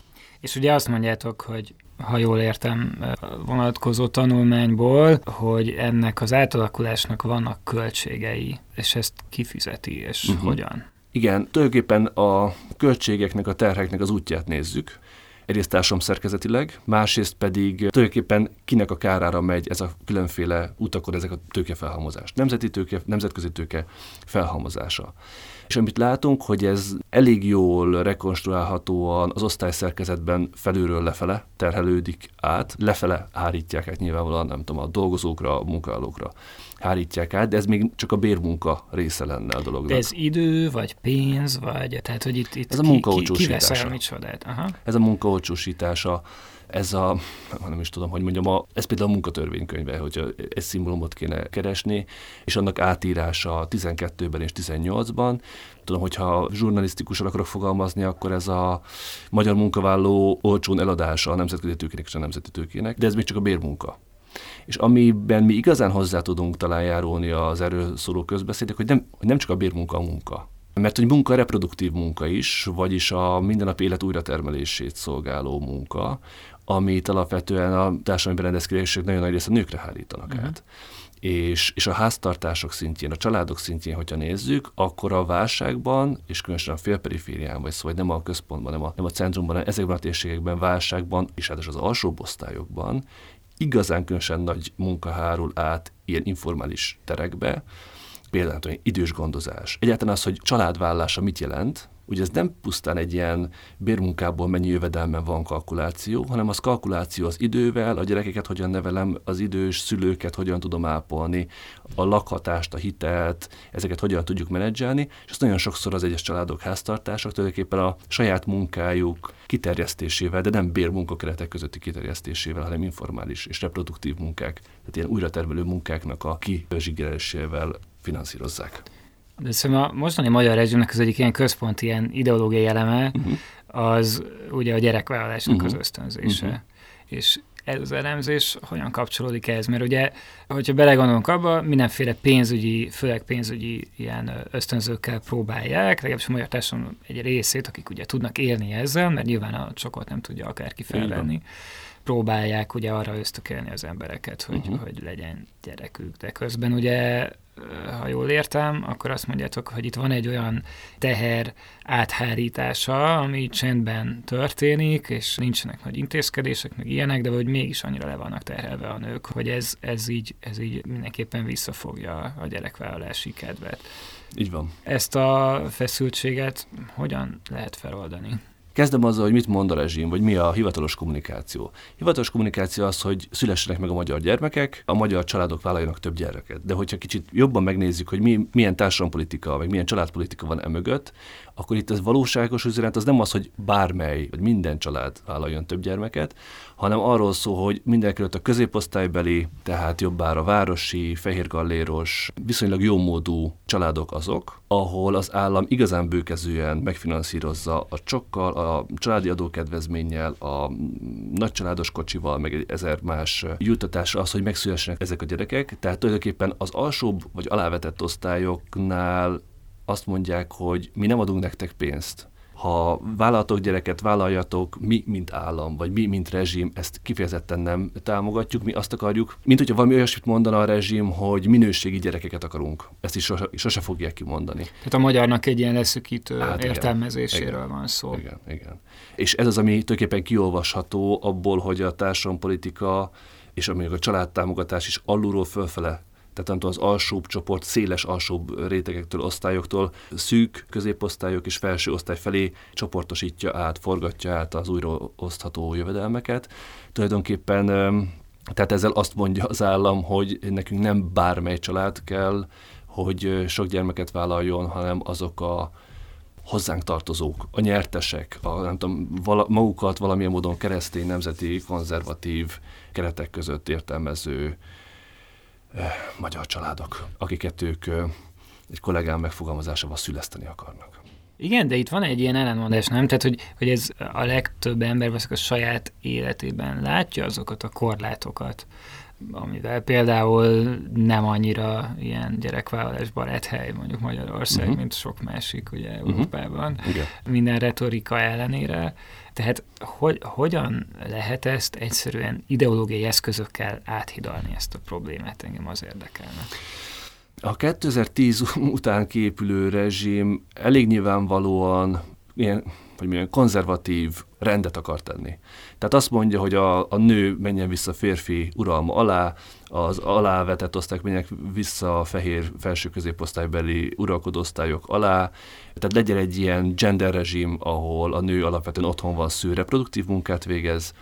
És ugye azt mondjátok, hogy ha jól értem vonatkozó tanulmányból, hogy ennek az átalakulásnak vannak költségei, és ezt kifizeti, és hogyan? Igen, tulajdonképpen a költségeknek, a terheknek az útját nézzük. Egyrészt társadalomszerkezetileg, másrészt pedig tulajdonképpen kinek a kárára megy ez a különféle utakon, ezek a tőkefelhalmozás. Nemzeti tőke, nemzetközi tőke felhalmozása. És amit látunk, hogy ez elég jól rekonstruálhatóan az osztályszerkezetben felülről lefele terhelődik át, lefele hárítják át nyilvánvalóan, nem tudom, a dolgozókra, a munkálókra hárítják át, de ez még csak a bérmunka része lenne a dolognak. De ez idő, vagy pénz, vagy tehát, hogy itt ez a munka olcsósítása. Ki vesz el micsodát? Aha. Ez a munka olcsósítása, ez a, nem is tudom, hogy mondjam, ez például a munkatörvénykönyve, hogyha egy szimbólumot kéne keresni, és annak átírása 12-ben és 18-ban. Tudom, hogyha zsurnalisztikusan akarok fogalmazni, akkor ez a magyar munkavállaló olcsón eladása a nemzetközi tőkének és a nemzeti tőkének, de ez még csak a bérmunka. És amiben mi igazán hozzá tudunk talán járulni az erről szóló közbeszédek, hogy nem csak a bérmunka a munka. Mert hogy munka reproduktív munka is, vagyis a mindennapi élet újratermelését szolgáló munka, amit alapvetően a társadalmi berendezkedések nagyon nagy része nőkre hárítanak át. És a háztartások szintjén, a családok szintjén, hogyha nézzük, akkor a válságban, és különösen a félperiférián, vagy szóval nem a központban, nem a centrumban, hanem ezekben a térségekben, válságban, és hát az alsóbb osztályokban igazán különösen nagy munka hárul át ilyen informális terekbe, például idős gondozás. Egyáltalán az, hogy családvállása mit jelent, ugye ez nem pusztán egy ilyen bérmunkából mennyi jövedelmen van kalkuláció, hanem az kalkuláció az idővel, a gyerekeket hogyan nevelem, az idős szülőket hogyan tudom ápolni, a lakhatást, a hitelt, ezeket hogyan tudjuk menedzselni, és azt nagyon sokszor az egyes családok, háztartások tulajdonképpen a saját munkájuk kiterjesztésével, de nem bérmunkakeretek közötti kiterjesztésével, hanem informális és reproduktív munkák, tehát ilyen újratermelő munkáknak a kizsigerelésével finanszírozzák. De szerintem a mostani magyar rezsimnek az egyik ilyen központi ilyen ideológiai eleme, az ugye a gyerekvállalásnak az ösztönzése. És ez az elemzés hogyan kapcsolódik ehhez? Mert ugye, hogyha belegondolunk abba, mindenféle pénzügyi, főleg pénzügyi ilyen ösztönzőkkel próbálják, legalábbis a magyar társadalom egy részét, akik ugye tudnak élni ezzel, mert nyilván a csokot nem tudja akárki felvenni, próbálják ugye arra ösztökélni az embereket, hogy legyen gyerekük. De közben ugye, ha jól értem, akkor azt mondjátok, hogy itt van egy olyan teher áthárítása, ami csendben történik, és nincsenek nagy intézkedések, meg ilyenek, de hogy mégis annyira le vannak terhelve a nők, hogy ez így mindenképpen visszafogja a gyerekvállalási kedvet. Így van. Ezt a feszültséget hogyan lehet feloldani? Kezdem azzal, hogy mit mond a rezsim, vagy mi a hivatalos kommunikáció. Hivatalos kommunikáció az, hogy szülessenek meg a magyar gyermekek, a magyar családok vállaljanak több gyereket. De hogyha kicsit jobban megnézzük, hogy milyen társadalompolitika, vagy milyen családpolitika van emögött, akkor itt ez valóságos üzenet az nem az, hogy bármely, vagy minden család vállaljon több gyermeket, hanem arról szól, hogy mindenekelőtt a középosztálybeli, tehát jobbára városi, fehérgalléros, viszonylag jómódú családok azok, ahol az állam igazán bőkezően megfinanszírozza a csokkal, a családi adókedvezménnyel, a nagycsaládos kocsival, meg egy 1000 más juttatásra az, hogy megszülessenek ezek a gyerekek. Tehát tulajdonképpen az alsóbb vagy alávetett osztályoknál azt mondják, hogy mi nem adunk nektek pénzt. Ha vállaltok gyereket, vállaljatok, mi, mint állam, vagy mi, mint rezsim, ezt kifejezetten nem támogatjuk. Mi azt akarjuk, mint hogyha valami olyasmit mondana a rezsim, hogy minőségi gyerekeket akarunk. Ezt is sose fogják kimondani. Tehát a magyarnak egy ilyen leszűkítő értelmezéséről van szó. Igen. És ez az, ami tulajdonképpen kiolvasható abból, hogy a társadalompolitika és a családtámogatás is alulról fölfele, tehát nem tudom, az alsóbb csoport, széles alsóbb rétegektől, osztályoktól szűk középosztályok és felső osztály felé csoportosítja át, forgatja át az újraosztható jövedelmeket. Tulajdonképpen, tehát ezzel azt mondja az állam, hogy nekünk nem bármely család kell, hogy sok gyermeket vállaljon, hanem azok a hozzánk tartozók, a nyertesek, nem tudom, magukat valamilyen módon keresztény, nemzeti, konzervatív keretek között értelmező magyar családok, akiket ők egy kollégám megfogalmazásával szüleszteni akarnak. Igen, de itt van egy ilyen ellentmondás, nem? Tehát, hogy ez a legtöbb ember a saját életében látja azokat a korlátokat, amivel például nem annyira ilyen gyerekvállalás barát hely, mondjuk Magyarország, mint sok másik ugye Európában, minden retorika ellenére. Tehát hogyan lehet ezt egyszerűen ideológiai eszközökkel áthidalni, ezt a problémát? Engem az érdekelne. A 2010 után kiépülő rezsim elég nyilvánvalóan ilyen, hogy milyen konzervatív rendet akar tenni. Tehát azt mondja, hogy a nő menjen vissza férfi uralma alá, az alávetett osztályok menjenek vissza a fehér felső középosztálybeli uralkodó osztályok alá, tehát legyen egy ilyen gender rezsim, ahol a nő alapvetően otthon van szül, reproduktív munkát végez.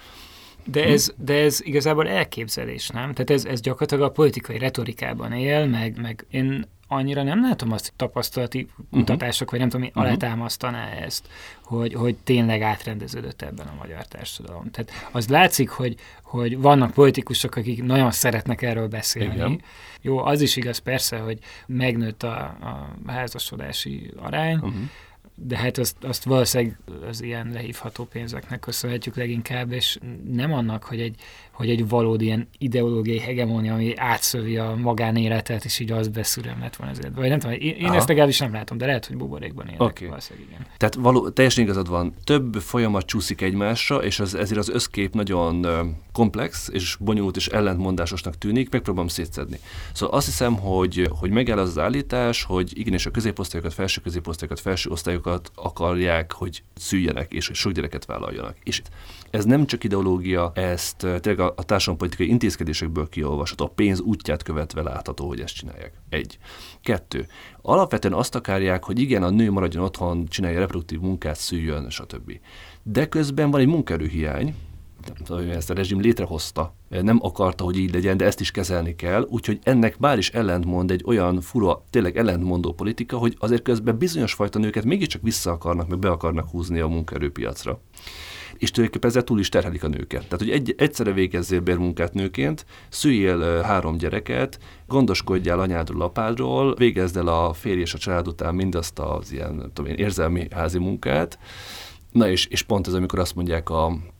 De ez igazából elképzelés, nem? Tehát ez gyakorlatilag a politikai retorikában él, meg én annyira nem látom azt, hogy tapasztalati kutatások, vagy nem tudom, mi alátámasztaná ezt, hogy tényleg átrendeződött ebben a magyar társadalom. Tehát az látszik, hogy vannak politikusok, akik nagyon szeretnek erről beszélni. Igen. Jó, az is igaz persze, hogy megnőtt a házasodási arány, de hát azt valószínűleg az ilyen lehívható pénzeknek köszönhetjük leginkább, és nem annak, hogy egy valódi ilyen ideológiai hegemónia, ami átszövi a magánéletet, és így az beszűröm lett volna azért. Vagy nem tudom, én ezt legalábbis nem látom, de lehet, hogy buborékban élnek. Okay. Valószínűleg igen. Tehát teljesen igazad van. Több folyamat csúszik egymásra, és ezért az összkép nagyon komplex, és bonyolult, és ellentmondásosnak tűnik, megpróbálom szétszedni. Szóval azt hiszem, hogy megáll az állítás, hogy igenis a középosztályokat, felső középosztályokat, felső osztályokat akarják, hogy szüljenek, és hogy sok gyereket vállaljanak. És ez nem csak ideológia, ezt tényleg a társadalompolitikai intézkedésekből kiolvasható, a pénz útját követve látható, hogy ezt csinálják. 1. 2. Alapvetően azt akarják, hogy igen, a nő maradjon otthon, csinálja reproduktív munkát, szüljön, stb. De közben van egy munkaerőhiány, ezt a rezsim létrehozta, nem akarta, hogy így legyen, de ezt is kezelni kell, úgyhogy ennek már is ellentmond egy olyan fura, tényleg ellentmondó politika, hogy azért közben bizonyos fajta nőket mégiscsak vissza akarnak, meg be akarnak húzni a munkaerőpiacra. És tulajdonképpen ezzel túl is terhelik a nőket. Tehát, hogy egyszerre végezzél bérmunkát nőként, szüljél 3 gyereket, gondoskodjál anyádról, apádról, végezd el a férj és a család után mindazt az ilyen, érzelmi házi munkát. Na és pont ez, amikor azt mondják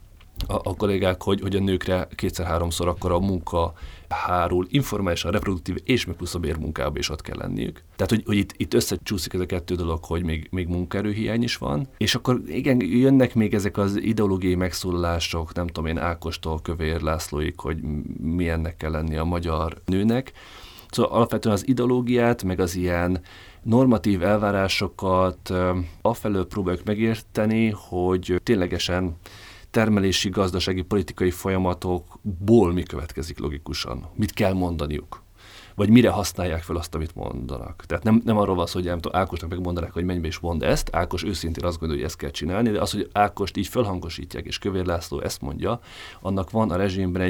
a kollégák, hogy a nőkre 2-3-szor akkor a munka hárul informálisan, reproduktív és még plusz a bérmunkába is ott kell lenniük. Tehát, hogy itt összecsúszik ez a 2 dolog, hogy még munkaerőhiány is van, és akkor igen, jönnek még ezek az ideológiai megszólalások, nem tudom én, Ákostól Kövér Lászlóig, hogy milyennek kell lenni a magyar nőnek. Szóval alapvetően az ideológiát, meg az ilyen normatív elvárásokat afelől próbáljuk megérteni, hogy ténylegesen termelési, gazdasági, politikai folyamatokból mi következik logikusan, mit kell mondaniuk, vagy mire használják fel azt, amit mondanak. Tehát nem arról van szó, hogy Ákosnak megmondanák, hogy menj be és mondd ezt, Ákos őszintén azt gondolja, hogy ezt kell csinálni, de az, hogy Ákost így felhangosítják, és Kövér László ezt mondja, annak van a rezsimben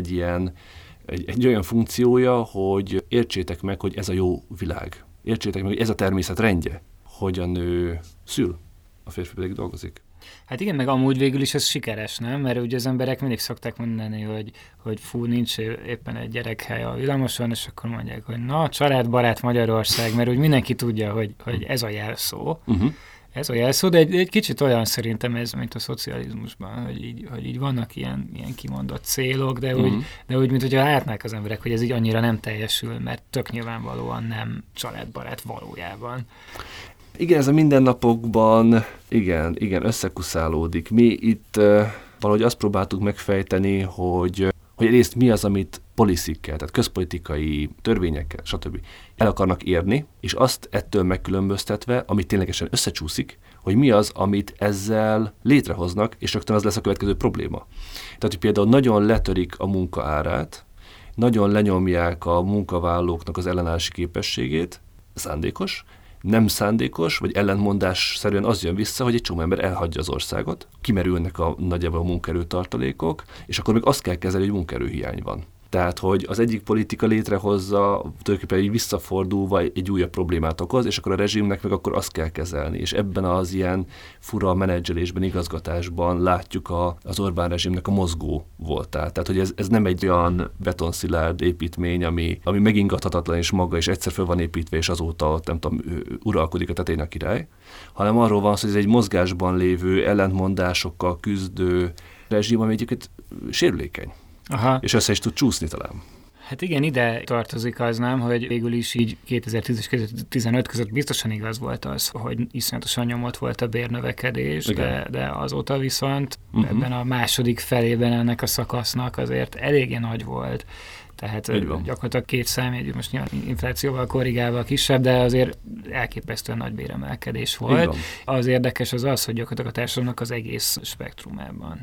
egy olyan funkciója, hogy értsétek meg, hogy ez a jó világ. Értsétek meg, hogy ez a természet rendje, hogy a nő szül, a férfi pedig dolgozik. Hát igen, meg amúgy végül is ez sikeres, nem? Mert ugye az emberek mindig szokták mondani, hogy fú, nincs éppen egy gyerekhely a villamoson, és akkor mondják, hogy na, családbarát Magyarország, mert úgy mindenki tudja, hogy ez a jelszó. Ez a jelszó, de egy kicsit olyan szerintem ez, mint a szocializmusban, hogy így vannak ilyen kimondott célok, de úgy, mint hogyha látnák az emberek, hogy ez így annyira nem teljesül, mert tök nyilvánvalóan nem családbarát valójában. Igen, ez a mindennapokban, igen, összekuszálódik. Mi itt valahogy azt próbáltuk megfejteni, hogy részt mi az, amit policikkel, tehát közpolitikai törvényekkel, stb. El akarnak érni, és azt ettől megkülönböztetve, amit ténylegesen összecsúszik, hogy mi az, amit ezzel létrehoznak, és rögtön az lesz a következő probléma. Tehát, hogy például nagyon letörik a munka árát, nagyon lenyomják a munkavállalóknak az ellenállási képességét, szándékos, nem szándékos, vagy ellentmondásszerűen az jön vissza, hogy egy csomó ember elhagyja az országot, kimerülnek nagyjából a munkaerőtartalékok, és akkor még azt kell kezelni, hogy munkaerőhiány van. Tehát, hogy az egyik politika létrehozza, tulajdonképpen így visszafordulva egy újabb problémát okoz, és akkor a rezsimnek meg akkor azt kell kezelni. És ebben az ilyen fura menedzselésben, igazgatásban látjuk az Orbán rezsimnek a mozgó voltát. Tehát, hogy ez nem egy olyan betonszilárd építmény, ami megingathatatlan és maga, és egyszer föl van építve, és azóta, nem tudom, uralkodik a tetején a király, hanem arról van szó, hogy ez egy mozgásban lévő, ellentmondásokkal küzdő rezsim, ami egyébként sérülékeny. Aha. És össze is tud csúszni talán. Hát igen, ide tartozik az, nem, hogy végül is így 2010 és 2015 között biztosan igaz volt az, hogy iszonyatosan nyomott volt a bérnövekedés, de azóta viszont ebben a második felében ennek a szakasznak azért eléggé nagy volt. Tehát gyakorlatilag 2 számjegyű, most nyilván inflációval korrigálva kisebb, de azért elképesztően nagy béremelkedés volt. Az érdekes az, hogy gyakorlatilag a társadalomnak az egész spektrumában.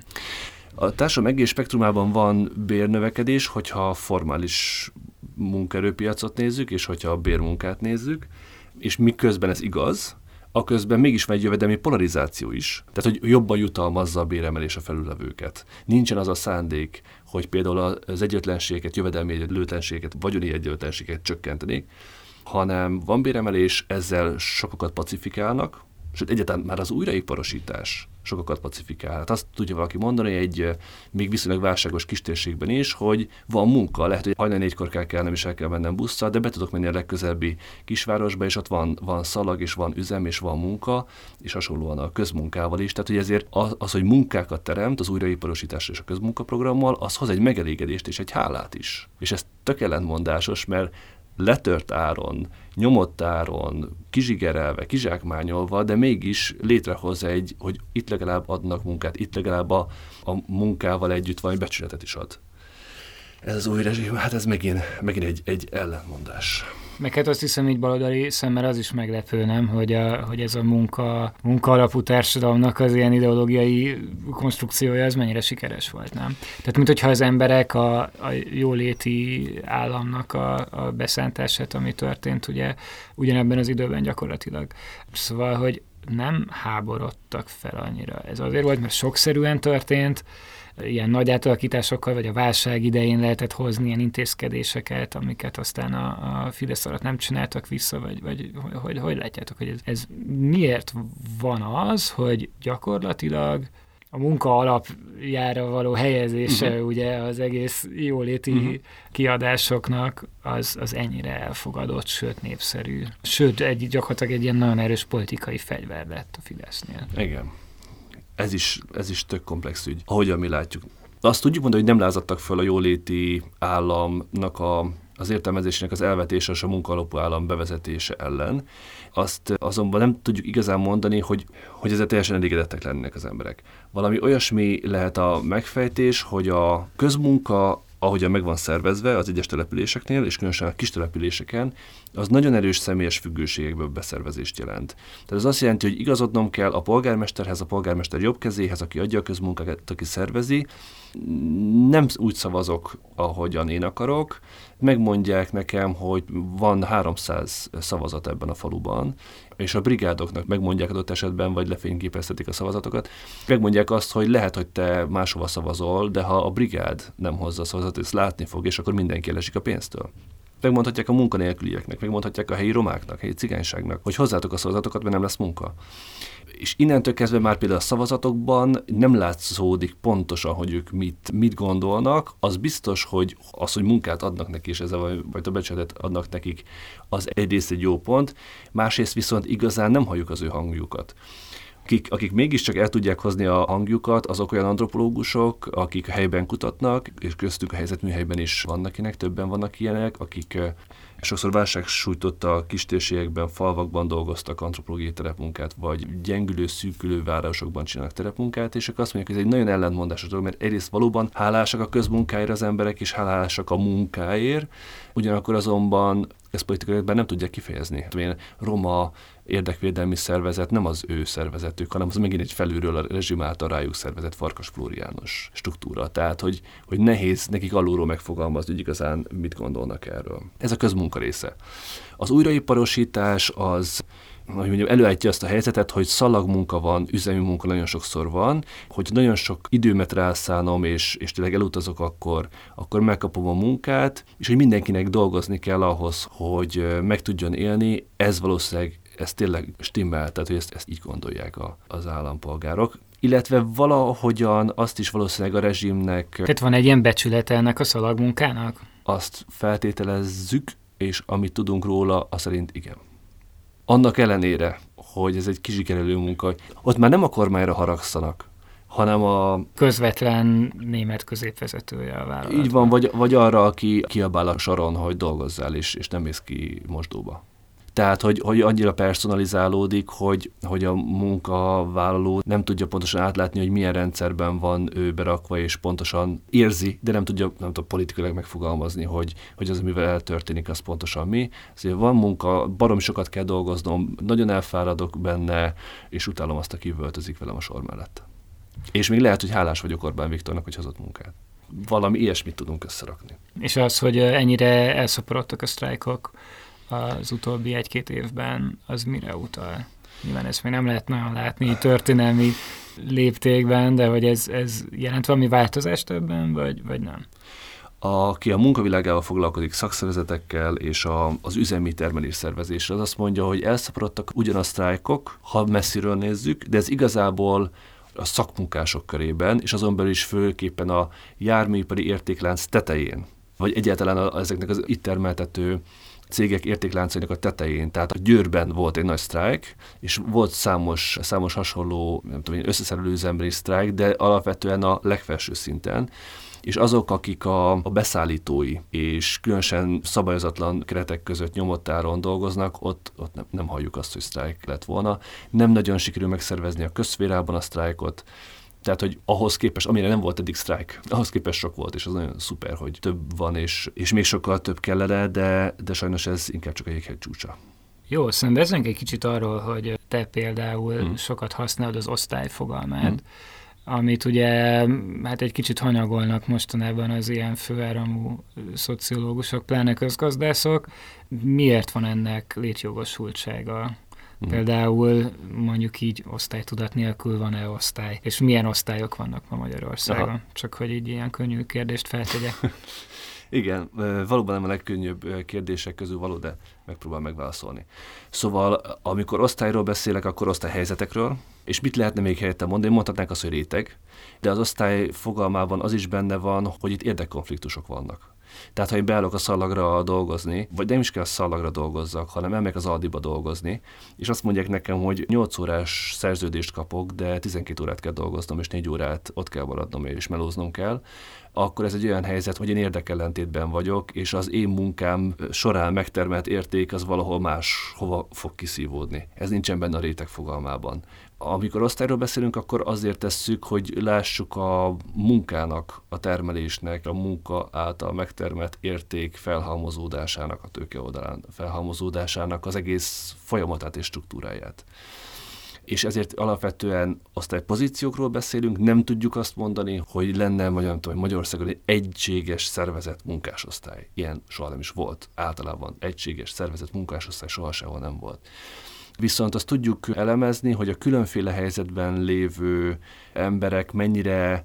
A társadalom egész spektrumában van bérnövekedés, hogyha formális munkaerőpiacot nézzük, és hogyha a bérmunkát nézzük, és miközben ez igaz, aközben mégis van egy jövedelmi polarizáció is. Tehát, hogy jobban jutalmazza a béremelés a felüllevőket. Nincsen az a szándék, hogy például az egyenlőtlenséget, jövedelmi egyenlőtlenséget, vagyoni egyenlőtlenséget csökkentenék, hanem van béremelés, ezzel sokakat pacifikálnak, sőt, egyáltalán már az újraiparosítás sokakat pacifikál. Hát azt tudja valaki mondani egy még viszonylag válságos kistérségben is, hogy van munka, lehet, hogy hajnali 4-kor kell kelnem, és el kell mennem busszal, de be tudok menni a legközelebbi kisvárosba, és ott van szalag, és van üzem, és van munka, és hasonlóan a közmunkával is. Tehát, hogy ezért az, hogy munkákat teremt az újraiparosítás és a közmunkaprogrammal, az hoz egy megelégedést és egy hálát is. És ez tök ellentmondásos, mert letört áron, nyomott áron, kizsigerelve, kizsákmányolva, de mégis létrehoz hogy itt legalább adnak munkát, itt legalább a munkával együtt valami becsületet is ad. Ez az új rezsim, hát ez megint egy ellentmondás. Meg hát azt hiszem, így baloldali szemmel az is meglepő, nem, hogy ez a munka alapú társadalomnak az ilyen ideológiai konstrukciója, az mennyire sikeres volt, nem? Tehát, mint hogyha az emberek a jóléti államnak a beszántását, ami történt, ugye ugyanebben az időben gyakorlatilag. Szóval, hogy nem háborodtak fel annyira. Ez azért volt, mert sokszerűen történt, ilyen nagy átalakításokkal, vagy a válság idején lehetett hozni ilyen intézkedéseket, amiket aztán a Fidesz alatt nem csináltak vissza, vagy hogy látjátok, hogy ez miért van az, hogy gyakorlatilag a munka alapjára való helyezése ugye az egész jóléti kiadásoknak az ennyire elfogadott, sőt népszerű. Sőt, gyakorlatilag egy ilyen nagyon erős politikai fegyver lett a Fidesznél. Igen. Ez is tök komplex ügy, ahogyan mi látjuk. Azt tudjuk mondani, hogy nem lázadtak föl a jóléti államnak az értelmezésének az elvetése és a munkaalapú állam bevezetése ellen. Azt azonban nem tudjuk igazán mondani, hogy ezzel teljesen elégedettek lennének az emberek. Valami olyasmi lehet a megfejtés, hogy a közmunka, ahogyan meg van szervezve az egyes településeknél, és különösen a kis településeken, az nagyon erős személyes függőségekből beszervezést jelent. Tehát ez azt jelenti, hogy igazodnom kell a polgármesterhez, a polgármester jobb kezéhez, aki adja a közmunkát, aki szervezi. Nem úgy szavazok, ahogyan én akarok. Megmondják nekem, hogy van 300 szavazat ebben a faluban, és a brigádoknak megmondják adott esetben, vagy lefényképeztetik a szavazatokat. Megmondják azt, hogy lehet, hogy te máshova szavazol, de ha a brigád nem hozza a szavazatot, ezt látni fog, és akkor mindenki elesik a pénztől. Megmondhatják a munkanélkülieknek, megmondhatják a helyi romáknak, helyi cigányságnak, hogy hozzátok a szavazatokat, mert nem lesz munka. És innentől kezdve már például a szavazatokban nem látszódik pontosan, hogy ők mit gondolnak. Az biztos, hogy munkát adnak neki, és ezzel vagy a becsületet adnak nekik, az egyrészt egy jó pont, másrészt viszont igazán nem halljuk az ő hangjukat. Akik mégiscsak el tudják hozni a hangjukat, azok olyan antropológusok, akik helyben kutatnak, és köztük a helyzetműhelyben is vannak többen vannak ilyenek, akik sokszor válság sújtotta kistérségekben, falvakban dolgoztak antropológiai terepmunkát, vagy gyengülő, szűkülő városokban csinálnak terepmunkát, és ők azt mondják, hogy ez egy nagyon ellentmondásos dolog, mert egyrészt valóban hálásak a közmunkáért az emberek, és hálásak a munkáért, ugyanakkor azonban ezt politikailag nem tudják kifejezni. Roma érdekvédelmi szervezet nem az ő szervezetük, hanem az megint egy felülről a rezsim által rájuk szervezett Farkas Flóriános struktúra. Tehát, hogy nehéz nekik alulról megfogalmazni, hogy igazán mit gondolnak erről. Ez a közmunka része. Az újraiparosítás az, hogy mondjam, előállítja azt a helyzetet, hogy szalagmunka van, üzemi munka nagyon sokszor van, hogy nagyon sok időmet rászánom, és tényleg elutazok, akkor megkapom a munkát, és hogy mindenkinek dolgozni kell ahhoz, hogy meg tudjon élni. Ez valószínűleg, ez tényleg stimmel, tehát hogy ezt így gondolják az állampolgárok. Illetve valahogyan azt is valószínűleg a rezsimnek... Tehát van egy ilyen becsülete ennek a szalagmunkának? Azt feltételezzük, és amit tudunk róla, az szerint igen. Annak ellenére, hogy ez egy kizsikerelő munka, ott már nem a kormányra haragszanak, hanem a... közvetlen német középvezetője a vállalatban. Így van, vagy arra, aki kiabál a soron, hogy dolgozzál, és nem mész ki mosdóba. Tehát, hogy annyira personalizálódik, hogy a munkavállaló nem tudja pontosan átlátni, hogy milyen rendszerben van ő berakva, és pontosan érzi, de nem tudja politikailag megfogalmazni, hogy az, amivel eltörténik, az pontosan mi. Ezért van munka, baromi sokat kell dolgoznom, nagyon elfáradok benne, és utálom azt, aki üvöltözik velem a sor mellett. És még lehet, hogy hálás vagyok Orbán Viktornak, hogy hozott munkát. Valami ilyesmit tudunk összerakni. És az, hogy ennyire elszaporodtak a sztrájkok az utóbbi 1-2 évben, az mire utal? Nyilván ezt még nem lehet nagyon látni történelmi léptékben, de hogy ez jelent valami változást ebben, vagy nem? Aki a munkavilágával foglalkozik, szakszervezetekkel és az üzemi termelés szervezésre, az azt mondja, hogy elszaporodtak ugyan a sztrájkok, ha messziről nézzük, de ez igazából a szakmunkások körében, és azon belül is főképpen a járműipari értéklánc tetején, vagy egyáltalán ezeknek az itt termeltető cégek értékláncainak a tetején. Tehát a Győrben volt egy nagy sztrájk, és volt számos hasonló, nem tudom, összeszerelő üzembeli sztrájk, de alapvetően a legfelső szinten. És azok, akik a beszállítói és különösen szabályozatlan keretek között nyomott áron dolgoznak, ott nem halljuk azt, hogy sztrájk lett volna. Nem nagyon sikerül megszervezni a közszférában a sztrájkot. Tehát, hogy ahhoz képest, amire nem volt eddig sztrájk, ahhoz képest sok volt, és az nagyon szuper, hogy több van, és még sokkal több kellene, de sajnos ez inkább csak a jéghegy csúcsa. Jó, szerintem beszéljünk egy kicsit arról, hogy te például sokat használod az osztály fogalmát, amit ugye hát egy kicsit hanyagolnak mostanában az ilyen főáramú szociológusok, pláne közgazdászok. Miért van ennek létjogosultsága? Például mondjuk így osztálytudat nélkül van-e osztály? És milyen osztályok vannak ma Magyarországon? Aha. Csak hogy így ilyen könnyű kérdést feltegyek. Igen, valóban nem a legkönnyűbb kérdések közül való, de megpróbál megválaszolni. Szóval, amikor osztályról beszélek, akkor osztályhelyzetekről, és mit lehetne még helyette mondani? Mondhatnánk azt, hogy réteg, de az osztály fogalmában az is benne van, hogy itt érdekkonfliktusok vannak. Tehát, ha én beállok a szallagra dolgozni, vagy nem is kell a szallagra dolgozzak, hanem elmegyek az Aldiba dolgozni, és azt mondják nekem, hogy 8 órás szerződést kapok, de 12 órát kell dolgoznom, és 4 órát ott kell maradnom, és melóznom kell, akkor ez egy olyan helyzet, hogy én érdekellentétben vagyok, és az én munkám során megtermelt érték az valahol máshova fog kiszívódni. Ez nincsen benne a réteg fogalmában. Amikor osztályról beszélünk, akkor azért tesszük, hogy lássuk a munkának, a termelésnek, a munka által megtermelt érték felhalmozódásának, a tőke oldalán felhalmozódásának az egész folyamatát és struktúráját. És ezért alapvetően osztálypozíciókról beszélünk, nem tudjuk azt mondani, hogy lenne Magyarországon egy egységes szervezett munkásosztály. Ilyen soha nem is volt. Általában egységes szervezett munkásosztály soha sehol nem volt. Viszont azt tudjuk elemezni, hogy a különféle helyzetben lévő emberek mennyire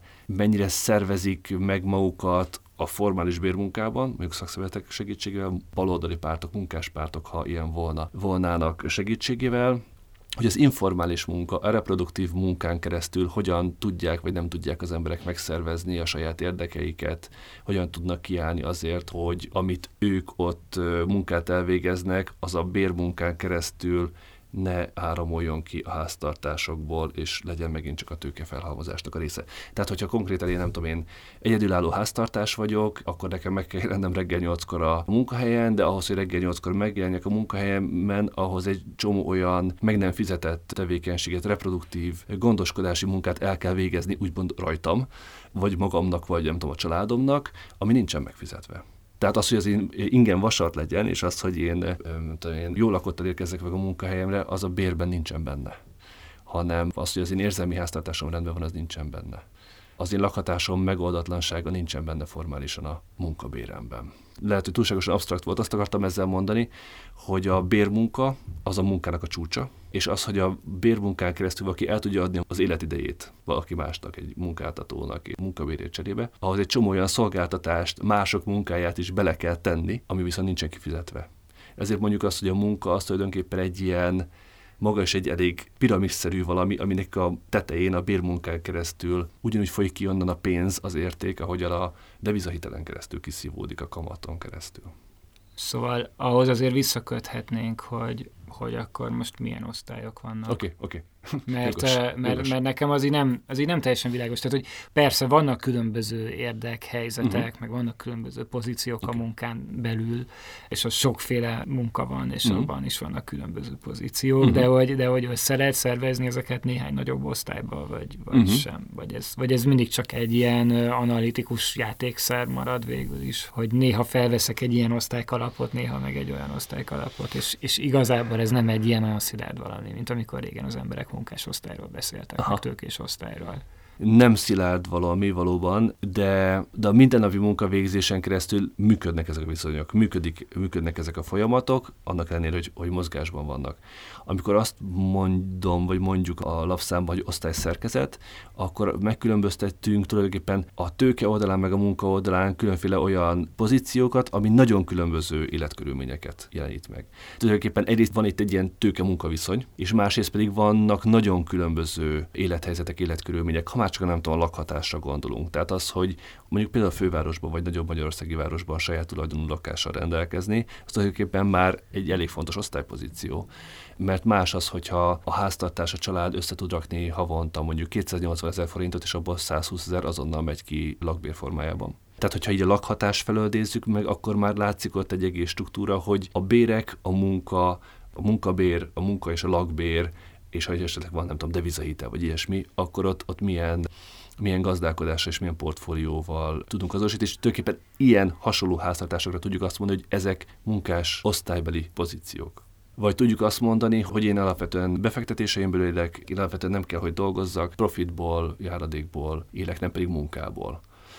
szervezik meg magukat a formális bérmunkában, mondjuk szakszervezetek segítségével, baloldali pártok, munkáspártok, ha ilyen volnának segítségével, hogy az informális munka, a reproduktív munkán keresztül hogyan tudják, vagy nem tudják az emberek megszervezni a saját érdekeiket, hogyan tudnak kiállni azért, hogy amit ők ott munkát elvégeznek, az a bérmunkán keresztül ne áramoljon ki a háztartásokból, és legyen megint csak a tőkefelhalmozásnak a része. Tehát, hogyha konkrétan én egyedülálló háztartás vagyok, akkor nekem meg kell jelennem reggel 8-kor a munkahelyen, de ahhoz, hogy reggel 8-kor megjelenjek a munkahelyemen, ahhoz egy csomó olyan meg nem fizetett tevékenységet, reproduktív gondoskodási munkát el kell végezni, úgymond rajtam, vagy magamnak, vagy nem tudom, a családomnak, ami nincsen megfizetve. Tehát az, hogy az én ingem vasart legyen, és az, hogy én jól lakottan érkezzek meg a munkahelyemre, az a bérben nincsen benne. Hanem az, hogy az én érzelmi háztartásom rendben van, az nincsen benne. Az én lakhatásom megoldatlansága nincsen benne formálisan a munkabéremben. Lehet, hogy túlságosan absztrakt volt, azt akartam ezzel mondani, hogy a bérmunka az a munkának a csúcsa, és az, hogy a bérmunkán keresztül valaki el tudja adni az életidejét valaki másnak, egy munkáltatónak, egy munkabérét cserébe, ahhoz egy csomó olyan szolgáltatást, mások munkáját is bele kell tenni, ami viszont nincsen kifizetve. Ezért mondjuk azt, hogy a munka az tulajdonképpen egy ilyen maga is egy elég piramisszerű valami, aminek a tetején a bérmunkán keresztül ugyanúgy folyik ki onnan a pénz, az érték, ahogy a devizahitelen keresztül kiszívódik a kamaton keresztül. Szóval ahhoz azért visszaköthetnénk, hogy akkor most milyen osztályok vannak. Oké. Mert nekem az így nem teljesen világos. Tehát, hogy persze vannak különböző érdekhelyzetek, meg vannak különböző pozíciók a munkán belül, és az sokféle munka van, és abban is vannak különböző pozíciók, de hogy össze lehet szervezni ezeket néhány nagyobb osztályba, vagy sem. Vagy ez mindig csak egy ilyen analitikus játékszer marad végül is, hogy néha felveszek egy ilyen osztálykalapot, néha meg egy olyan osztálykalapot, és igazából ez nem egy ilyen olyan szilárd valami, mint amikor régen az emberek munkás osztályról beszéltek, meg tőkés osztályról. Nem szilárd valóban, de a mindennapi munkavégzésen keresztül működnek ezek a viszonyok, működnek ezek a folyamatok, annak ellenére, hogy mozgásban vannak. Amikor azt mondom, vagy mondjuk a lapszámban, hogy osztályszerkezet, akkor megkülönböztettünk tulajdonképpen a tőke oldalán, meg a munka oldalán különféle olyan pozíciókat, ami nagyon különböző életkörülményeket jelenít meg. Tulajdonképpen egyrészt van itt egy ilyen tőke-munkaviszony, és másrészt pedig vannak nagyon különböző élethelyzetek, életkörülmények, ha már csak nem tudom, a lakhatásra gondolunk. Tehát az, hogy mondjuk például a fővárosban, vagy nagyobb magyarországi városban saját tulajdonú lakással rendelkezni, az tulajdonképpen már egy elég fontos osztálypozíció. Mert más az, hogyha a háztartás, a család össze tud rakni havonta mondjuk 280 000 forintot, és abból 120 000 azonnal megy ki lakbér formájában. Tehát, hogyha így a lakhatás felől nézzük meg, akkor már látszik ott egy egész struktúra, hogy a bérek, a munkabér, a munka és a lakbér, és ha esetleg van, nem tudom, devizahitel vagy ilyesmi, akkor ott milyen gazdálkodásra és milyen portfólióval tudunk azonosítani, és tulajdonképpen ilyen hasonló háztartásokra tudjuk azt mondani, hogy ezek munkás osztálybeli pozíciók. Vagy tudjuk azt mondani, hogy én alapvetően befektetéseimből élek, én alapvetően nem kell, hogy dolgozzak, profitból, járadékból élek, nem pedig munkából.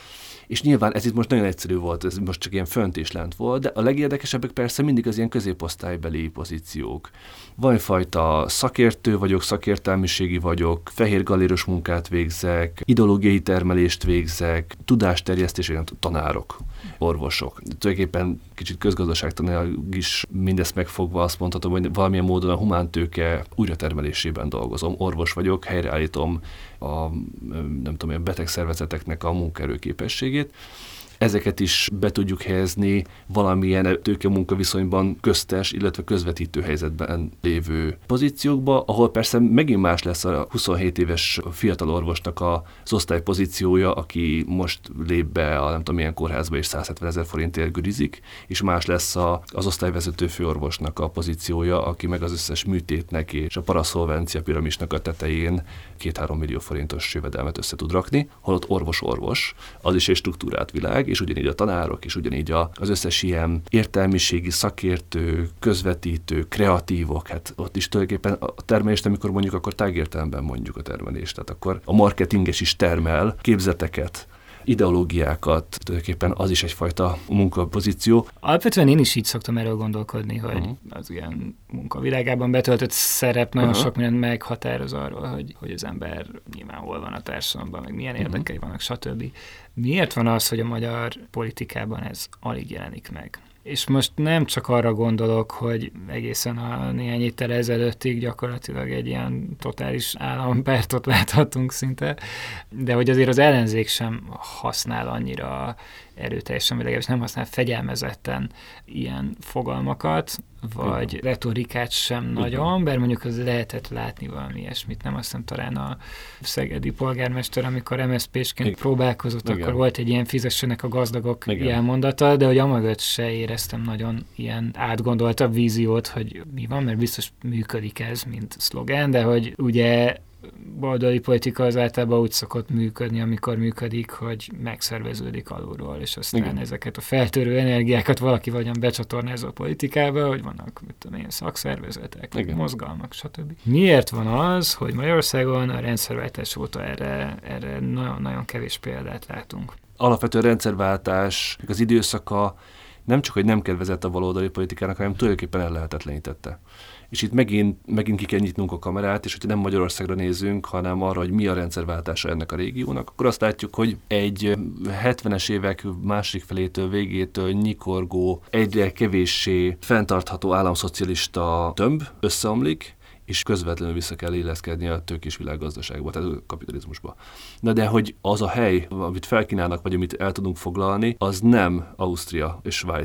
És nyilván ez itt most nagyon egyszerű volt, ez most csak ilyen fönt és lent volt, de a legérdekesebbek persze mindig az ilyen középosztálybeli pozíciók. Valamifajta szakértő vagyok, szakértelmiségi vagyok, fehér galéros munkát végzek, ideológiai termelést végzek, tudásterjesztés, tanárok, orvosok. Tulajdonképpen kicsit közgazdaságtanilag is mindezt megfogva azt mondhatom, hogy valamilyen módon a humántőke újratermelésében dolgozom. Orvos vagyok, helyreállítom a betegszervezeteknek a munkaerőképességét. Ezeket is be tudjuk helyezni valamilyen tőke-munkaviszonyban köztes, illetve közvetítő helyzetben lévő pozíciókba, ahol persze megint más lesz a 27 éves fiatal orvosnak az osztálypozíciója, aki most lép be a nem tudom milyen kórházba és 170 000 forintért gürizik, és más lesz az osztályvezető főorvosnak a pozíciója, aki meg az összes műtétnek és a paraszolvencia piramisnak a tetején 2-3 millió forintos jövedelmet össze tud rakni, holott orvos, az is egy struktúrált világ, és ugyanígy a tanárok, és ugyanígy az összes ilyen értelmiségi szakértő, közvetítő, kreatívok, hát ott is tulajdonképpen a termelést, amikor mondjuk, akkor tágértelemben mondjuk a termelést. Tehát akkor a marketinges is termel képzeteket, ideológiákat, tulajdonképpen az is egyfajta munkapozíció. Alapvetően én is így szoktam erről gondolkodni, hogy az ilyen munkavilágában betöltött szerep nagyon sok mindent meghatároz arról, hogy az ember nyilván hol van a társadalomban, meg milyen érdekei vannak, stb. Miért van az, hogy a magyar politikában ez alig jelenik meg? És most nem csak arra gondolok, hogy egészen a néhány héttel ezelőttig gyakorlatilag egy ilyen totális állampártot láthatunk szinte, de hogy azért az ellenzék sem használ annyira erőteljesen, vagy legalábbis nem használ fegyelmezetten ilyen fogalmakat, vagy retorikát sem nagyon, bár mondjuk az lehetett látni valami ilyesmit, nem? Azt hiszem talán a szegedi polgármester, amikor MSZP-sként próbálkozott, akkor volt egy ilyen fizessenek a gazdagok jelmondata, de hogy amögött se éreztem nagyon ilyen átgondoltabb víziót, hogy mi van, mert biztos működik ez, mint szlogen, de hogy ugye baloldali politika az általában úgy szokott működni, amikor működik, hogy megszerveződik alulról, és aztán ezeket a feltörő energiákat valaki vagyon becsatornázza a politikába, hogy vannak ilyen szakszervezetek, mozgalmak, stb. Miért van az, hogy Magyarországon a rendszerváltás óta erre nagyon kevés példát látunk? Alapvetően rendszerváltás, az időszaka nem csak, hogy nem kedvezett a baloldali politikának, hanem tulajdonképpen ellehetetlenítette. És itt megint ki kell nyitnunk a kamerát, és hogyha nem Magyarországra nézünk, hanem arra, hogy mi a rendszerváltása ennek a régiónak, akkor azt látjuk, hogy egy 70-es évek második felétől, végétől nyikorgó, egyre kevéssé fenntartható államszocialista tömb összeomlik, és közvetlenül vissza kell illeszkedni a tőkés világgazdaságba, tehát a kapitalizmusba. Na de hogy az a hely, amit felkínálnak, vagy amit el tudunk foglalni, az nem Ausztria és Svájc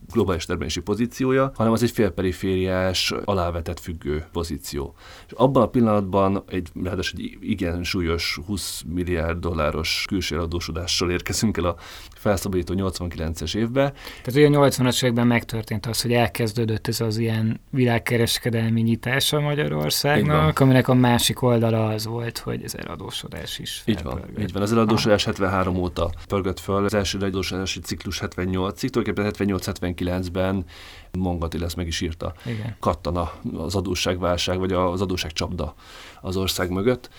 globális termelési pozíciója, hanem az egy félperifériás, alávetett függő pozíció. És abban a pillanatban ráadásul egy igen súlyos 20 milliárd dolláros külső adósodással érkezünk el a felszabadító 89-es évbe. Tehát ugye a 80-as években megtörtént az, hogy elkezdődött ez az ilyen világkereskedelmi nyitása Magyarországnak, aminek a másik oldala az volt, hogy ez eladósodás is felpörgött. Így van. Az eladósodás 73 óta pörgött föl, az első eladósodási ciklus 78-ig, tulajdonképpen 78-79-ben Monk Attila ezt meg is írta. Igen. Kattan az adósságválság, vagy az adósságcsapda az ország mögött.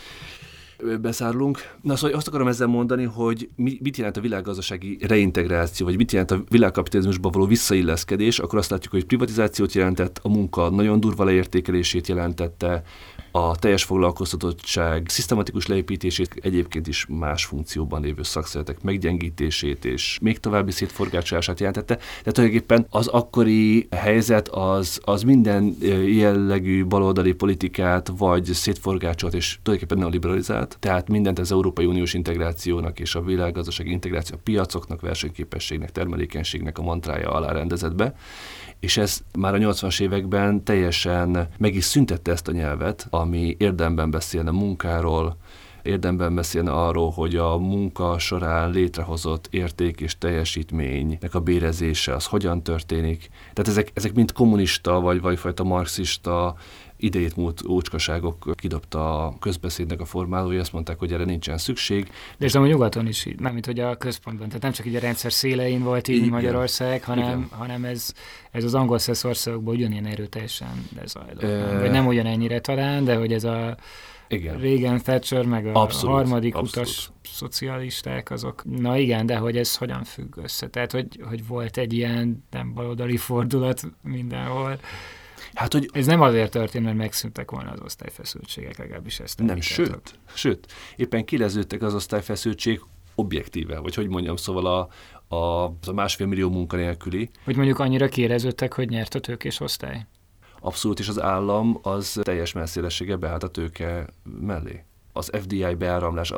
Bezárlunk. Na szóval azt akarom ezzel mondani, hogy mit jelent a világgazdasági reintegráció, vagy mit jelent a világkapitalizmusba való visszailleszkedés, akkor azt látjuk, hogy privatizációt jelentett, a munka nagyon durva leértékelését jelentette, a teljes foglalkoztatottság szisztematikus leépítését, egyébként is más funkcióban lévő szakszervezetek meggyengítését és még további szétforgácsolását jelentette. De tulajdonképpen az akkori helyzet az minden jellegű baloldali politikát vagy szétforgácsolt és tulajdonképpen neoliberalizált. Tehát mindent az Európai Uniós integrációnak és a világgazdasági integráció, a piacoknak, versenyképességnek, termelékenységnek a mantrája alá rendezett be. És ez már a 80-as években teljesen meg is szüntette ezt a nyelvet, ami érdemben beszélne munkáról, érdemben beszélne arról, hogy a munka során létrehozott érték és teljesítménynek a bérezése az hogyan történik. Tehát ezek mind kommunista vagy fajta marxista idejét múlt ócskaságok kidobta a közbeszédnek a formálói, azt mondták, hogy erre nincsen szükség. De ez a nyugaton is így, mármint hogy a központban, tehát nem csak így a rendszer szélein volt így Magyarország, hanem ez az angol-szász országokban ugyanilyen erőteljesen lezajlott. Vagy nem ugyanennyire talán, de hogy ez a Reagan, Thatcher, meg a harmadik utas szocialisták azok. Na igen, de hogy ez hogyan függ össze? Tehát, hogy volt egy ilyen nem baloldali fordulat mindenhol. Hát, hogy ez nem azért történt, mert megszűntek volna az osztályfeszültségek, legalábbis ezt nem, sőt, éppen kileződtek az osztályfeszültség objektíve, vagy hogy mondjam, szóval a 1,5 millió munkanélküli. Hogy mondjuk annyira kéreződtek, hogy nyert a tőkés osztály? Abszolút, és az állam az teljes messzélessége beállt a tőke mellé. Az FDI beáramlás,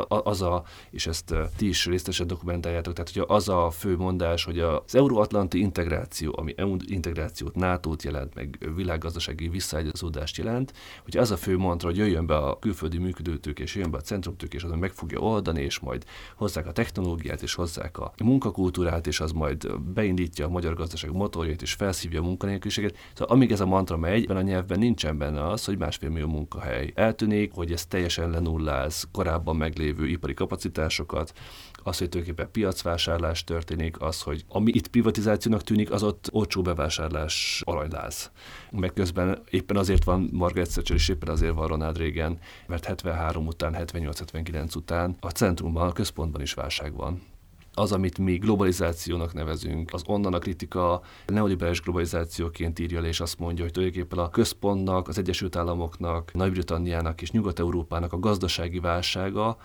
és ezt ti is részletesen dokumentáljátok, tehát hogy az a fő mondás, hogy az euróatlanti integráció, ami EU integrációt, NATO-t jelent, meg világgazdasági visszaágyazódást jelent, hogy az a fő mantra, hogy jöjjön be a külföldi működőtők, és jöjjön be a centrumtők, és azon meg fogja oldani, és majd hozzák a technológiát, és hozzák a munkakultúrát, és az majd beindítja a magyar gazdaság motorját, és felszívja a munkanélküliséget. Szóval amíg ez a mantra megy, ebben a nyelvben nincsen benne az, hogy 1,5 millió munkahely eltűnik, hogy ez teljesen lenulláz korábban meglévő ipari kapacitásokat, az, hogy tulajdonképpen piacvásárlás történik, az, hogy ami itt privatizációnak tűnik, az ott olcsó bevásárlás aranyláz. Meg közben éppen azért van Margaret Thatcher, és éppen azért van Ronald Reagan, mert 73 után, 78-79 után a centrumban, a központban is válság van. Az, amit mi globalizációnak nevezünk, az onnan a kritika neoliberális globalizációként írja le, és azt mondja, hogy tulajdonképpen a központnak, az Egyesült Államoknak, Nagy-Britanniának és Nyugat-Európának a gazdasági válsága,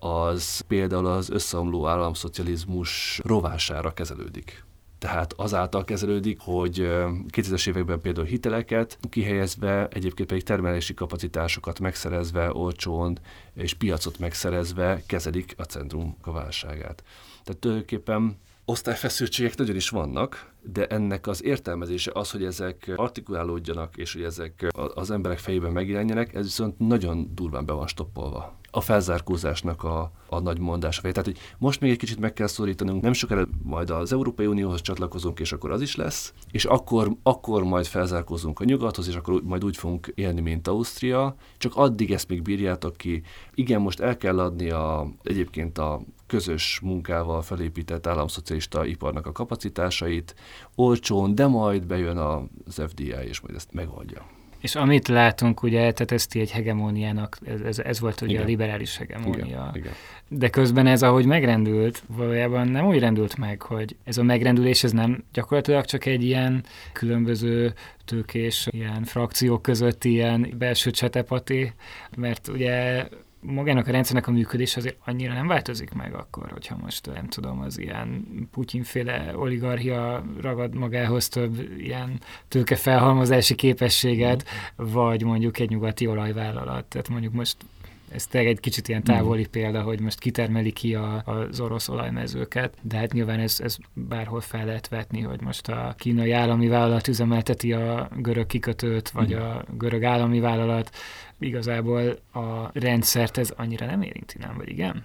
az például az összeomló államszocializmus rovására kezelődik. Tehát azáltal kezelődik, hogy 2000-es években például hiteleket kihelyezve, egyébként pedig termelési kapacitásokat megszerezve, olcsón és piacot megszerezve kezelik a centrum a válságát. Tehát tulajdonképpen osztályfeszültségek nagyon is vannak, de ennek az értelmezése az, hogy ezek artikulálódjanak, és hogy ezek az emberek fejében megjelenjenek, ez viszont nagyon durván be van stoppolva. A felzárkózásnak a nagy mondása. Tehát, hogy most még egy kicsit meg kell szorítanunk, nem sokára majd az Európai Unióhoz csatlakozunk, és akkor az is lesz, és akkor majd felzárkózunk a nyugathoz, és akkor majd úgy fogunk élni, mint Ausztria, csak addig ezt még bírjátok ki. Igen, most el kell adni egyébként a közös munkával felépített államszocialista iparnak a kapacitásait, olcsón, de majd bejön az FDI, és majd ezt megoldja. És amit látunk, ugye, tehát ezt egy hegemóniának, ez volt ugye igen. A liberális hegemónia. Igen. De közben ez, ahogy megrendült, valójában nem úgy rendült meg, hogy ez a megrendülés, ez nem gyakorlatilag csak egy ilyen különböző tőkés, ilyen frakciók között ilyen belső csetepati, mert ugye magának a rendszernek a működés azért annyira nem változik meg akkor, hogyha most nem tudom, az ilyen Putyin-féle oligarchia ragad magához több ilyen tőkefelhalmozási képességet, vagy mondjuk egy nyugati olajvállalat. Tehát mondjuk most Ez tényleg egy kicsit ilyen távoli példa, hogy most kitermeli ki az orosz olajmezőket, de hát nyilván ez bárhol fel lehet vetni, hogy most a kínai állami vállalat üzemelteti a görög kikötőt, vagy a görög állami vállalat. Igazából a rendszert ez annyira nem érinti, nem? Vagy igen?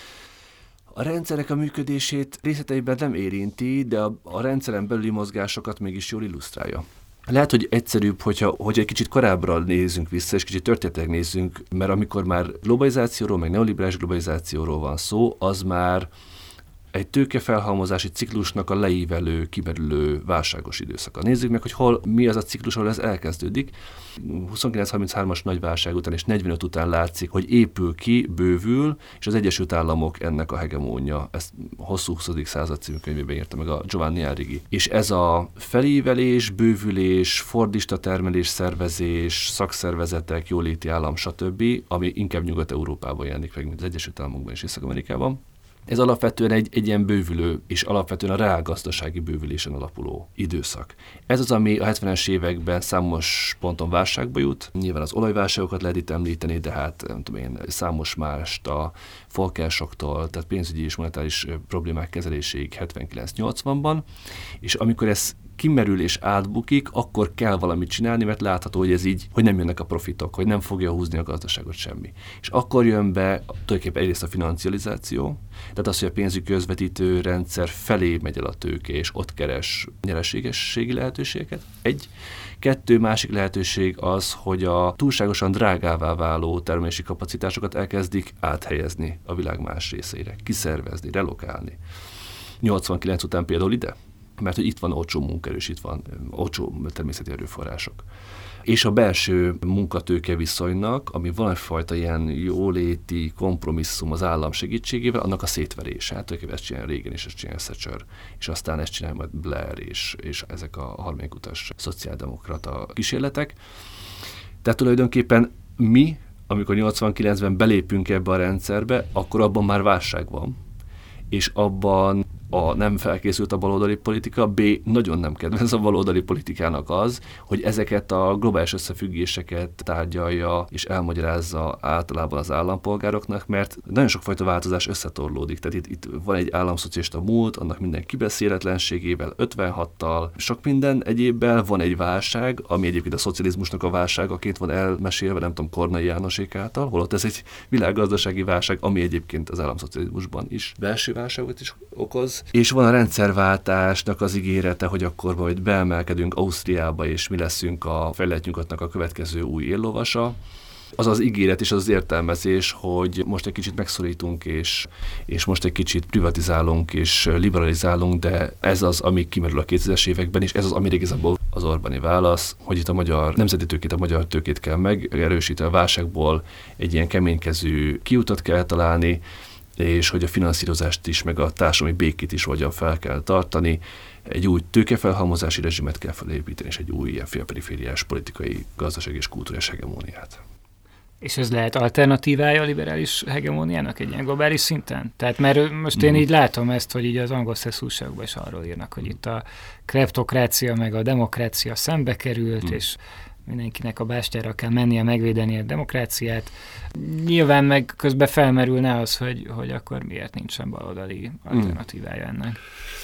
A rendszerek a működését részleteiben nem érinti, de a rendszeren belüli mozgásokat mégis jól illusztrálja. Lehet, hogy egyszerűbb, hogy egy kicsit korábbra nézzünk vissza, és kicsit történetileg nézzünk, mert amikor már globalizációról, meg neoliberális globalizációról van szó, az már egy tőkefelhalmozási ciklusnak a leívelő, kimerülő válságos időszaka. Nézzük meg, hogy mi az a ciklus, ahol ez elkezdődik. 29-33-as nagy válság után és 45 után látszik, hogy épül ki, bővül, és az Egyesült Államok ennek a hegemónia. Ezt hosszú 20. század című könyvében írta meg a Giovanni Arrighi. És ez a felívelés, bővülés, fordista termelés, szervezés, szakszervezetek, jóléti állam, stb., ami inkább Nyugat-Európában jelenik meg, mint az Egyesült Államokban és Észak-Amerikában. Ez alapvetően egy ilyen bővülő, és alapvetően a reálgazdasági bővülésen alapuló időszak. Ez az, ami a 70-es években számos ponton válságba jut. Nyilván az olajválságokat lehet itt említeni, de hát nem tudom én, számos mást a Volcker-soktól, tehát pénzügyi és monetáris problémák kezeléséig 79-80-ban, és amikor ez kimerül és átbukik, akkor kell valamit csinálni, mert látható, hogy ez így, hogy nem jönnek a profitok, hogy nem fogja húzni a gazdaságot semmi. És akkor jön be tulajdonképpen egyrészt a financializáció, tehát az, hogy a pénzügyi közvetítő rendszer felé megy el a tőke, és ott keres nyereségességi lehetőségeket. Kettő, másik lehetőség az, hogy a túlságosan drágává váló termelési kapacitásokat elkezdik áthelyezni a világ más részeire, kiszervezni, relokálni. 89 után például ide, mert hogy itt van olcsó munkaerő, és itt van olcsó természeti erőforrások. És a belső munkatőke viszonynak, ami valamifajta ilyen jóléti kompromisszum az állam segítségével, annak a szétverése. Hát tulajdonképpen ezt csinálja Reagan, és ezt csinálja Thatcher, és aztán ezt csinálja majd Blair, és ezek a harmadik utas szociáldemokrata kísérletek. Tehát tulajdonképpen mi, amikor 89-ben belépünk ebbe a rendszerbe, akkor abban már válság van, és abban nem felkészült a baloldali politika, B. nagyon nem kedvenc a baloldali politikának az, hogy ezeket a globális összefüggéseket tárgyalja és elmagyarázza általában az állampolgároknak, mert nagyon sokfajta változás összetorlódik. Tehát itt van egy államszocialista múlt, annak minden kibeszéletlenségével, 56-tal, sok minden egyébben van egy válság, ami egyébként a szocializmusnak a válságaként van elmesélve, nem tudom, Kornai Jánosék által, holott ez egy világgazdasági válság, ami egyébként az államszocializmusban is belső válságot is okoz. És van a rendszerváltásnak az ígérete, hogy akkor majd beemelkedünk Ausztriába, és mi leszünk a fejlett nyugatnak a következő új éllovasa. Az az ígéret és az értelmezés, hogy most egy kicsit megszorítunk, és most egy kicsit privatizálunk és liberalizálunk, de ez az, ami kimerül a 2000-es években, és ez az, amire igazából az Orbáni válasz, hogy itt a magyar nemzeti tőkét, a magyar tőkét kell megerősíteni, a válságból egy ilyen keménykezű kiutat kell találni, és hogy a finanszírozást is, meg a társadalmi békét is hogyan fel kell tartani, egy új tőkefelhalmozási rezsimet kell felépíteni, és egy új ilyen félperifériás politikai, gazdasági és kulturális hegemóniát. És ez lehet alternatívája a liberális hegemóniának egy ilyen globális szinten? Tehát mert most én így látom ezt, hogy így az angol újságokban is arról írnak, hogy itt a kleptokrácia meg a demokrácia szembe került, és mindenkinek a bástyára kell mennie megvédeni a demokráciát. Nyilván meg közben felmerülne az, hogy akkor miért nincsen baloldali alternatívája ennek.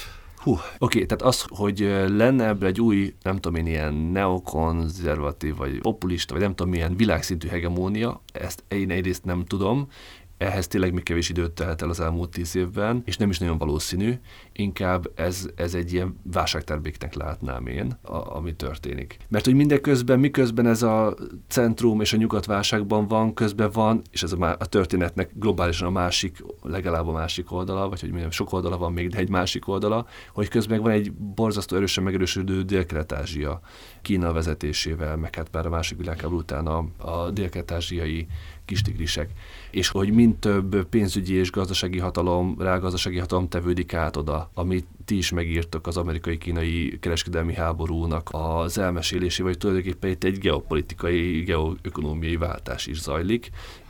Oké, tehát az, hogy lenne ebből egy új, nem tudom én, ilyen neokonzervatív, vagy populista, vagy nem tudom milyen világszintű hegemónia, ezt én egyrészt nem tudom, ehhez tényleg még kevés időt telt el az elmúlt 10 évben, és nem is nagyon valószínű, inkább ez egy ilyen válságterméknek látnám én, ami történik. Mert hogy miközben ez a centrum és a nyugatválságban van, közben van, és ez a történetnek globálisan a másik, legalább a másik oldala, vagy hogy mondjam, sok oldala van még, de egy másik oldala, hogy közben van egy borzasztó erősen megerősödő Dél-Kelet-Ázsia Kína vezetésével, meg hát már a másik világháború után a dél-kelet-ázsiai kistigrisek, és hogy mind több pénzügyi és gazdasági hatalom, reálgazdasági hatalom tevődik át oda, amit ti is megírtok az amerikai-kínai kereskedelmi háborúnak az elmesélésével, vagy tulajdonképpen itt egy geopolitikai, geoökonómiai váltás is zajlik,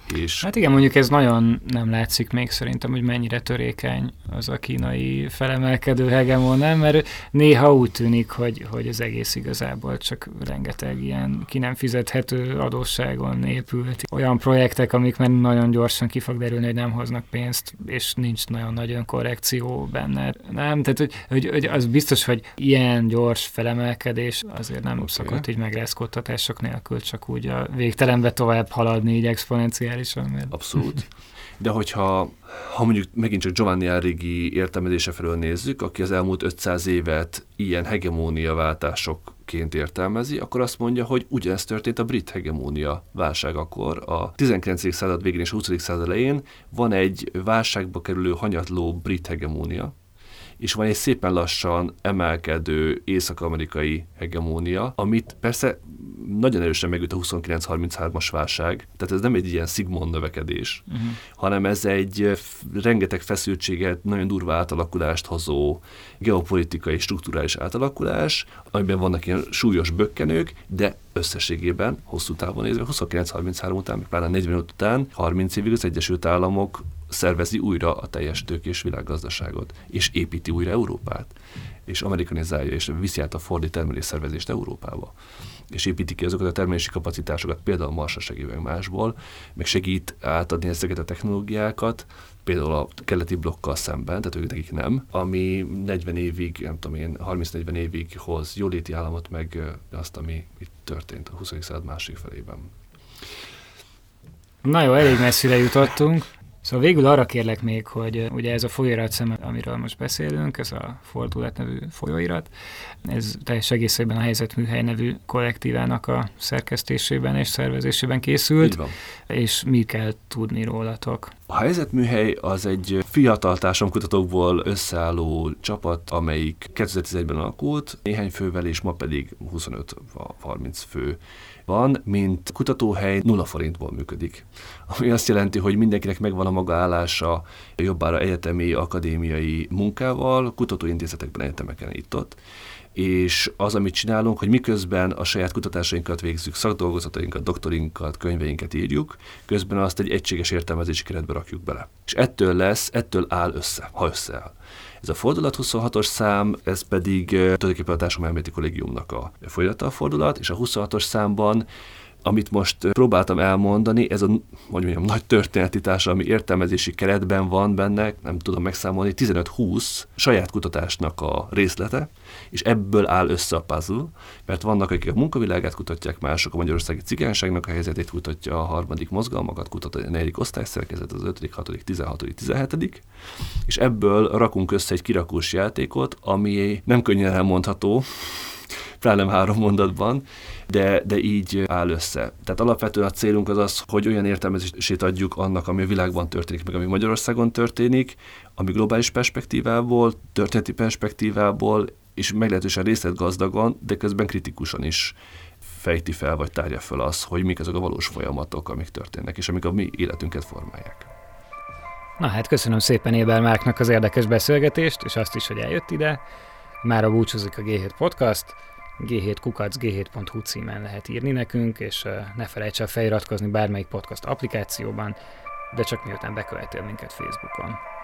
És Hát igen, mondjuk ez nagyon nem látszik még szerintem, hogy mennyire törékeny az a kínai felemelkedő hegemon, nem? Mert néha úgy tűnik, hogy az egész igazából csak rengeteg ilyen ki nem fizethető adósságon épült. Olyan projektek, amik már nagyon gyorsan ki fog derülni, hogy nem hoznak pénzt, és nincs nagyon nagy önkorrekció benne. Nem? Tehát, hogy az biztos, hogy ilyen gyors felemelkedés azért nem szokott így megrázkódtatások nélkül, csak úgy a végtelenbe tovább haladni így exponenciálisan. Mert... Abszolút. De hogyha mondjuk megint csak Giovanni Arrighi értelmezése felől nézzük, aki az elmúlt 500 évet ilyen hegemóniaváltásokként értelmezi, akkor azt mondja, hogy ugyanezt történt a brit hegemónia válságakor. A 19. század végén és a 20. század elején van egy válságba kerülő hanyatló brit hegemónia, és van egy szépen lassan emelkedő észak-amerikai hegemónia, amit persze nagyon erősen megüt a 29-33-as válság, tehát ez nem egy ilyen Sigmund növekedés, hanem ez egy rengeteg feszültséget, nagyon durva átalakulást hozó geopolitikai, strukturális átalakulás, amiben vannak ilyen súlyos bökkenők, de összességében, hosszú távon nézve, 29-33 után, még pláne 45 után, 30 évig az Egyesült Államok szervezi újra a teljes tőkés világgazdaságot, és építi újra Európát, és amerikanizálja, és viszi át a fordi termelésszervezést Európába, és építi ki azokat a termelési kapacitásokat, például Marshall segélyvel másból, meg segít átadni ezeket a technológiákat, például a keleti blokkal szemben, tehát ők nekik nem, ami 40 évig, nem tudom én, 30-40 évig hoz jóléti államot, meg azt, ami itt történt a 20. század másik felében. Na jó, elég messzire jutottunk. Szóval végül arra kérlek még, hogy ugye ez a folyóiratszem, amiről most beszélünk, ez a Fordulat nevű folyóirat, ez teljes egészében a Helyzetműhely nevű kollektívának a szerkesztésében és szervezésében készült, és mi kell tudni rólatok? A Helyzetműhely az egy fiatal társadalomkutatókból összeálló csapat, amelyik 2011-ben alakult, néhány fővel, és ma pedig 25-30 fő van, mint kutatóhely 0 forintból működik. Ami azt jelenti, hogy mindenkinek megvan a maga állása jobbára egyetemi, akadémiai munkával, kutatóintézetekben, egyetemeken itt-ott, és az, amit csinálunk, hogy miközben a saját kutatásainkat végzzük, szakdolgozatainkat, doktorinkat, könyveinket írjuk, közben azt egy egységes értelmezési keretbe rakjuk bele. És ettől áll össze, ha összeáll. Ez a Fordulat 26-os szám, ez pedig tulajdonképpen a Társadalomelméleti Kollégiumnak a folyadata a fordulat, és a 26-os számban, amit most próbáltam elmondani, ez a nagy történeti társadalmi értelmezési keretben van benne, nem tudom megszámolni, 15-20 saját kutatásnak a részlete, és ebből áll össze a puzzle, mert vannak, akik a munkavilágát kutatják, mások a magyarországi cigányságnak a helyzetét kutatja, a harmadik mozgalmakat kutatja, a 4. osztályszerkezet, az 5., 6., 16., 17., és ebből rakunk össze egy kirakós játékot, ami nem könnyen elmondható, pláne nem 3 mondatban, de így áll össze. Tehát alapvetően a célunk az az, hogy olyan értelmezését adjuk annak, ami a világban történik, meg ami Magyarországon történik, ami globális perspektívából, történeti perspektívából, és meglehetősen részletgazdagon, de közben kritikusan is fejti fel, vagy tárja fel az, hogy mik azok a valós folyamatok, amik történnek, és amik a mi életünket formálják. Na hát köszönöm szépen Éber Márknak az érdekes beszélgetést, és azt is, hogy eljött ide. Mára búcsúzik a G7 Podcast, g7kukac.g7.hu címen lehet írni nekünk, és ne felejts el feliratkozni bármelyik podcast applikációban, de csak miután bekövetél minket Facebookon.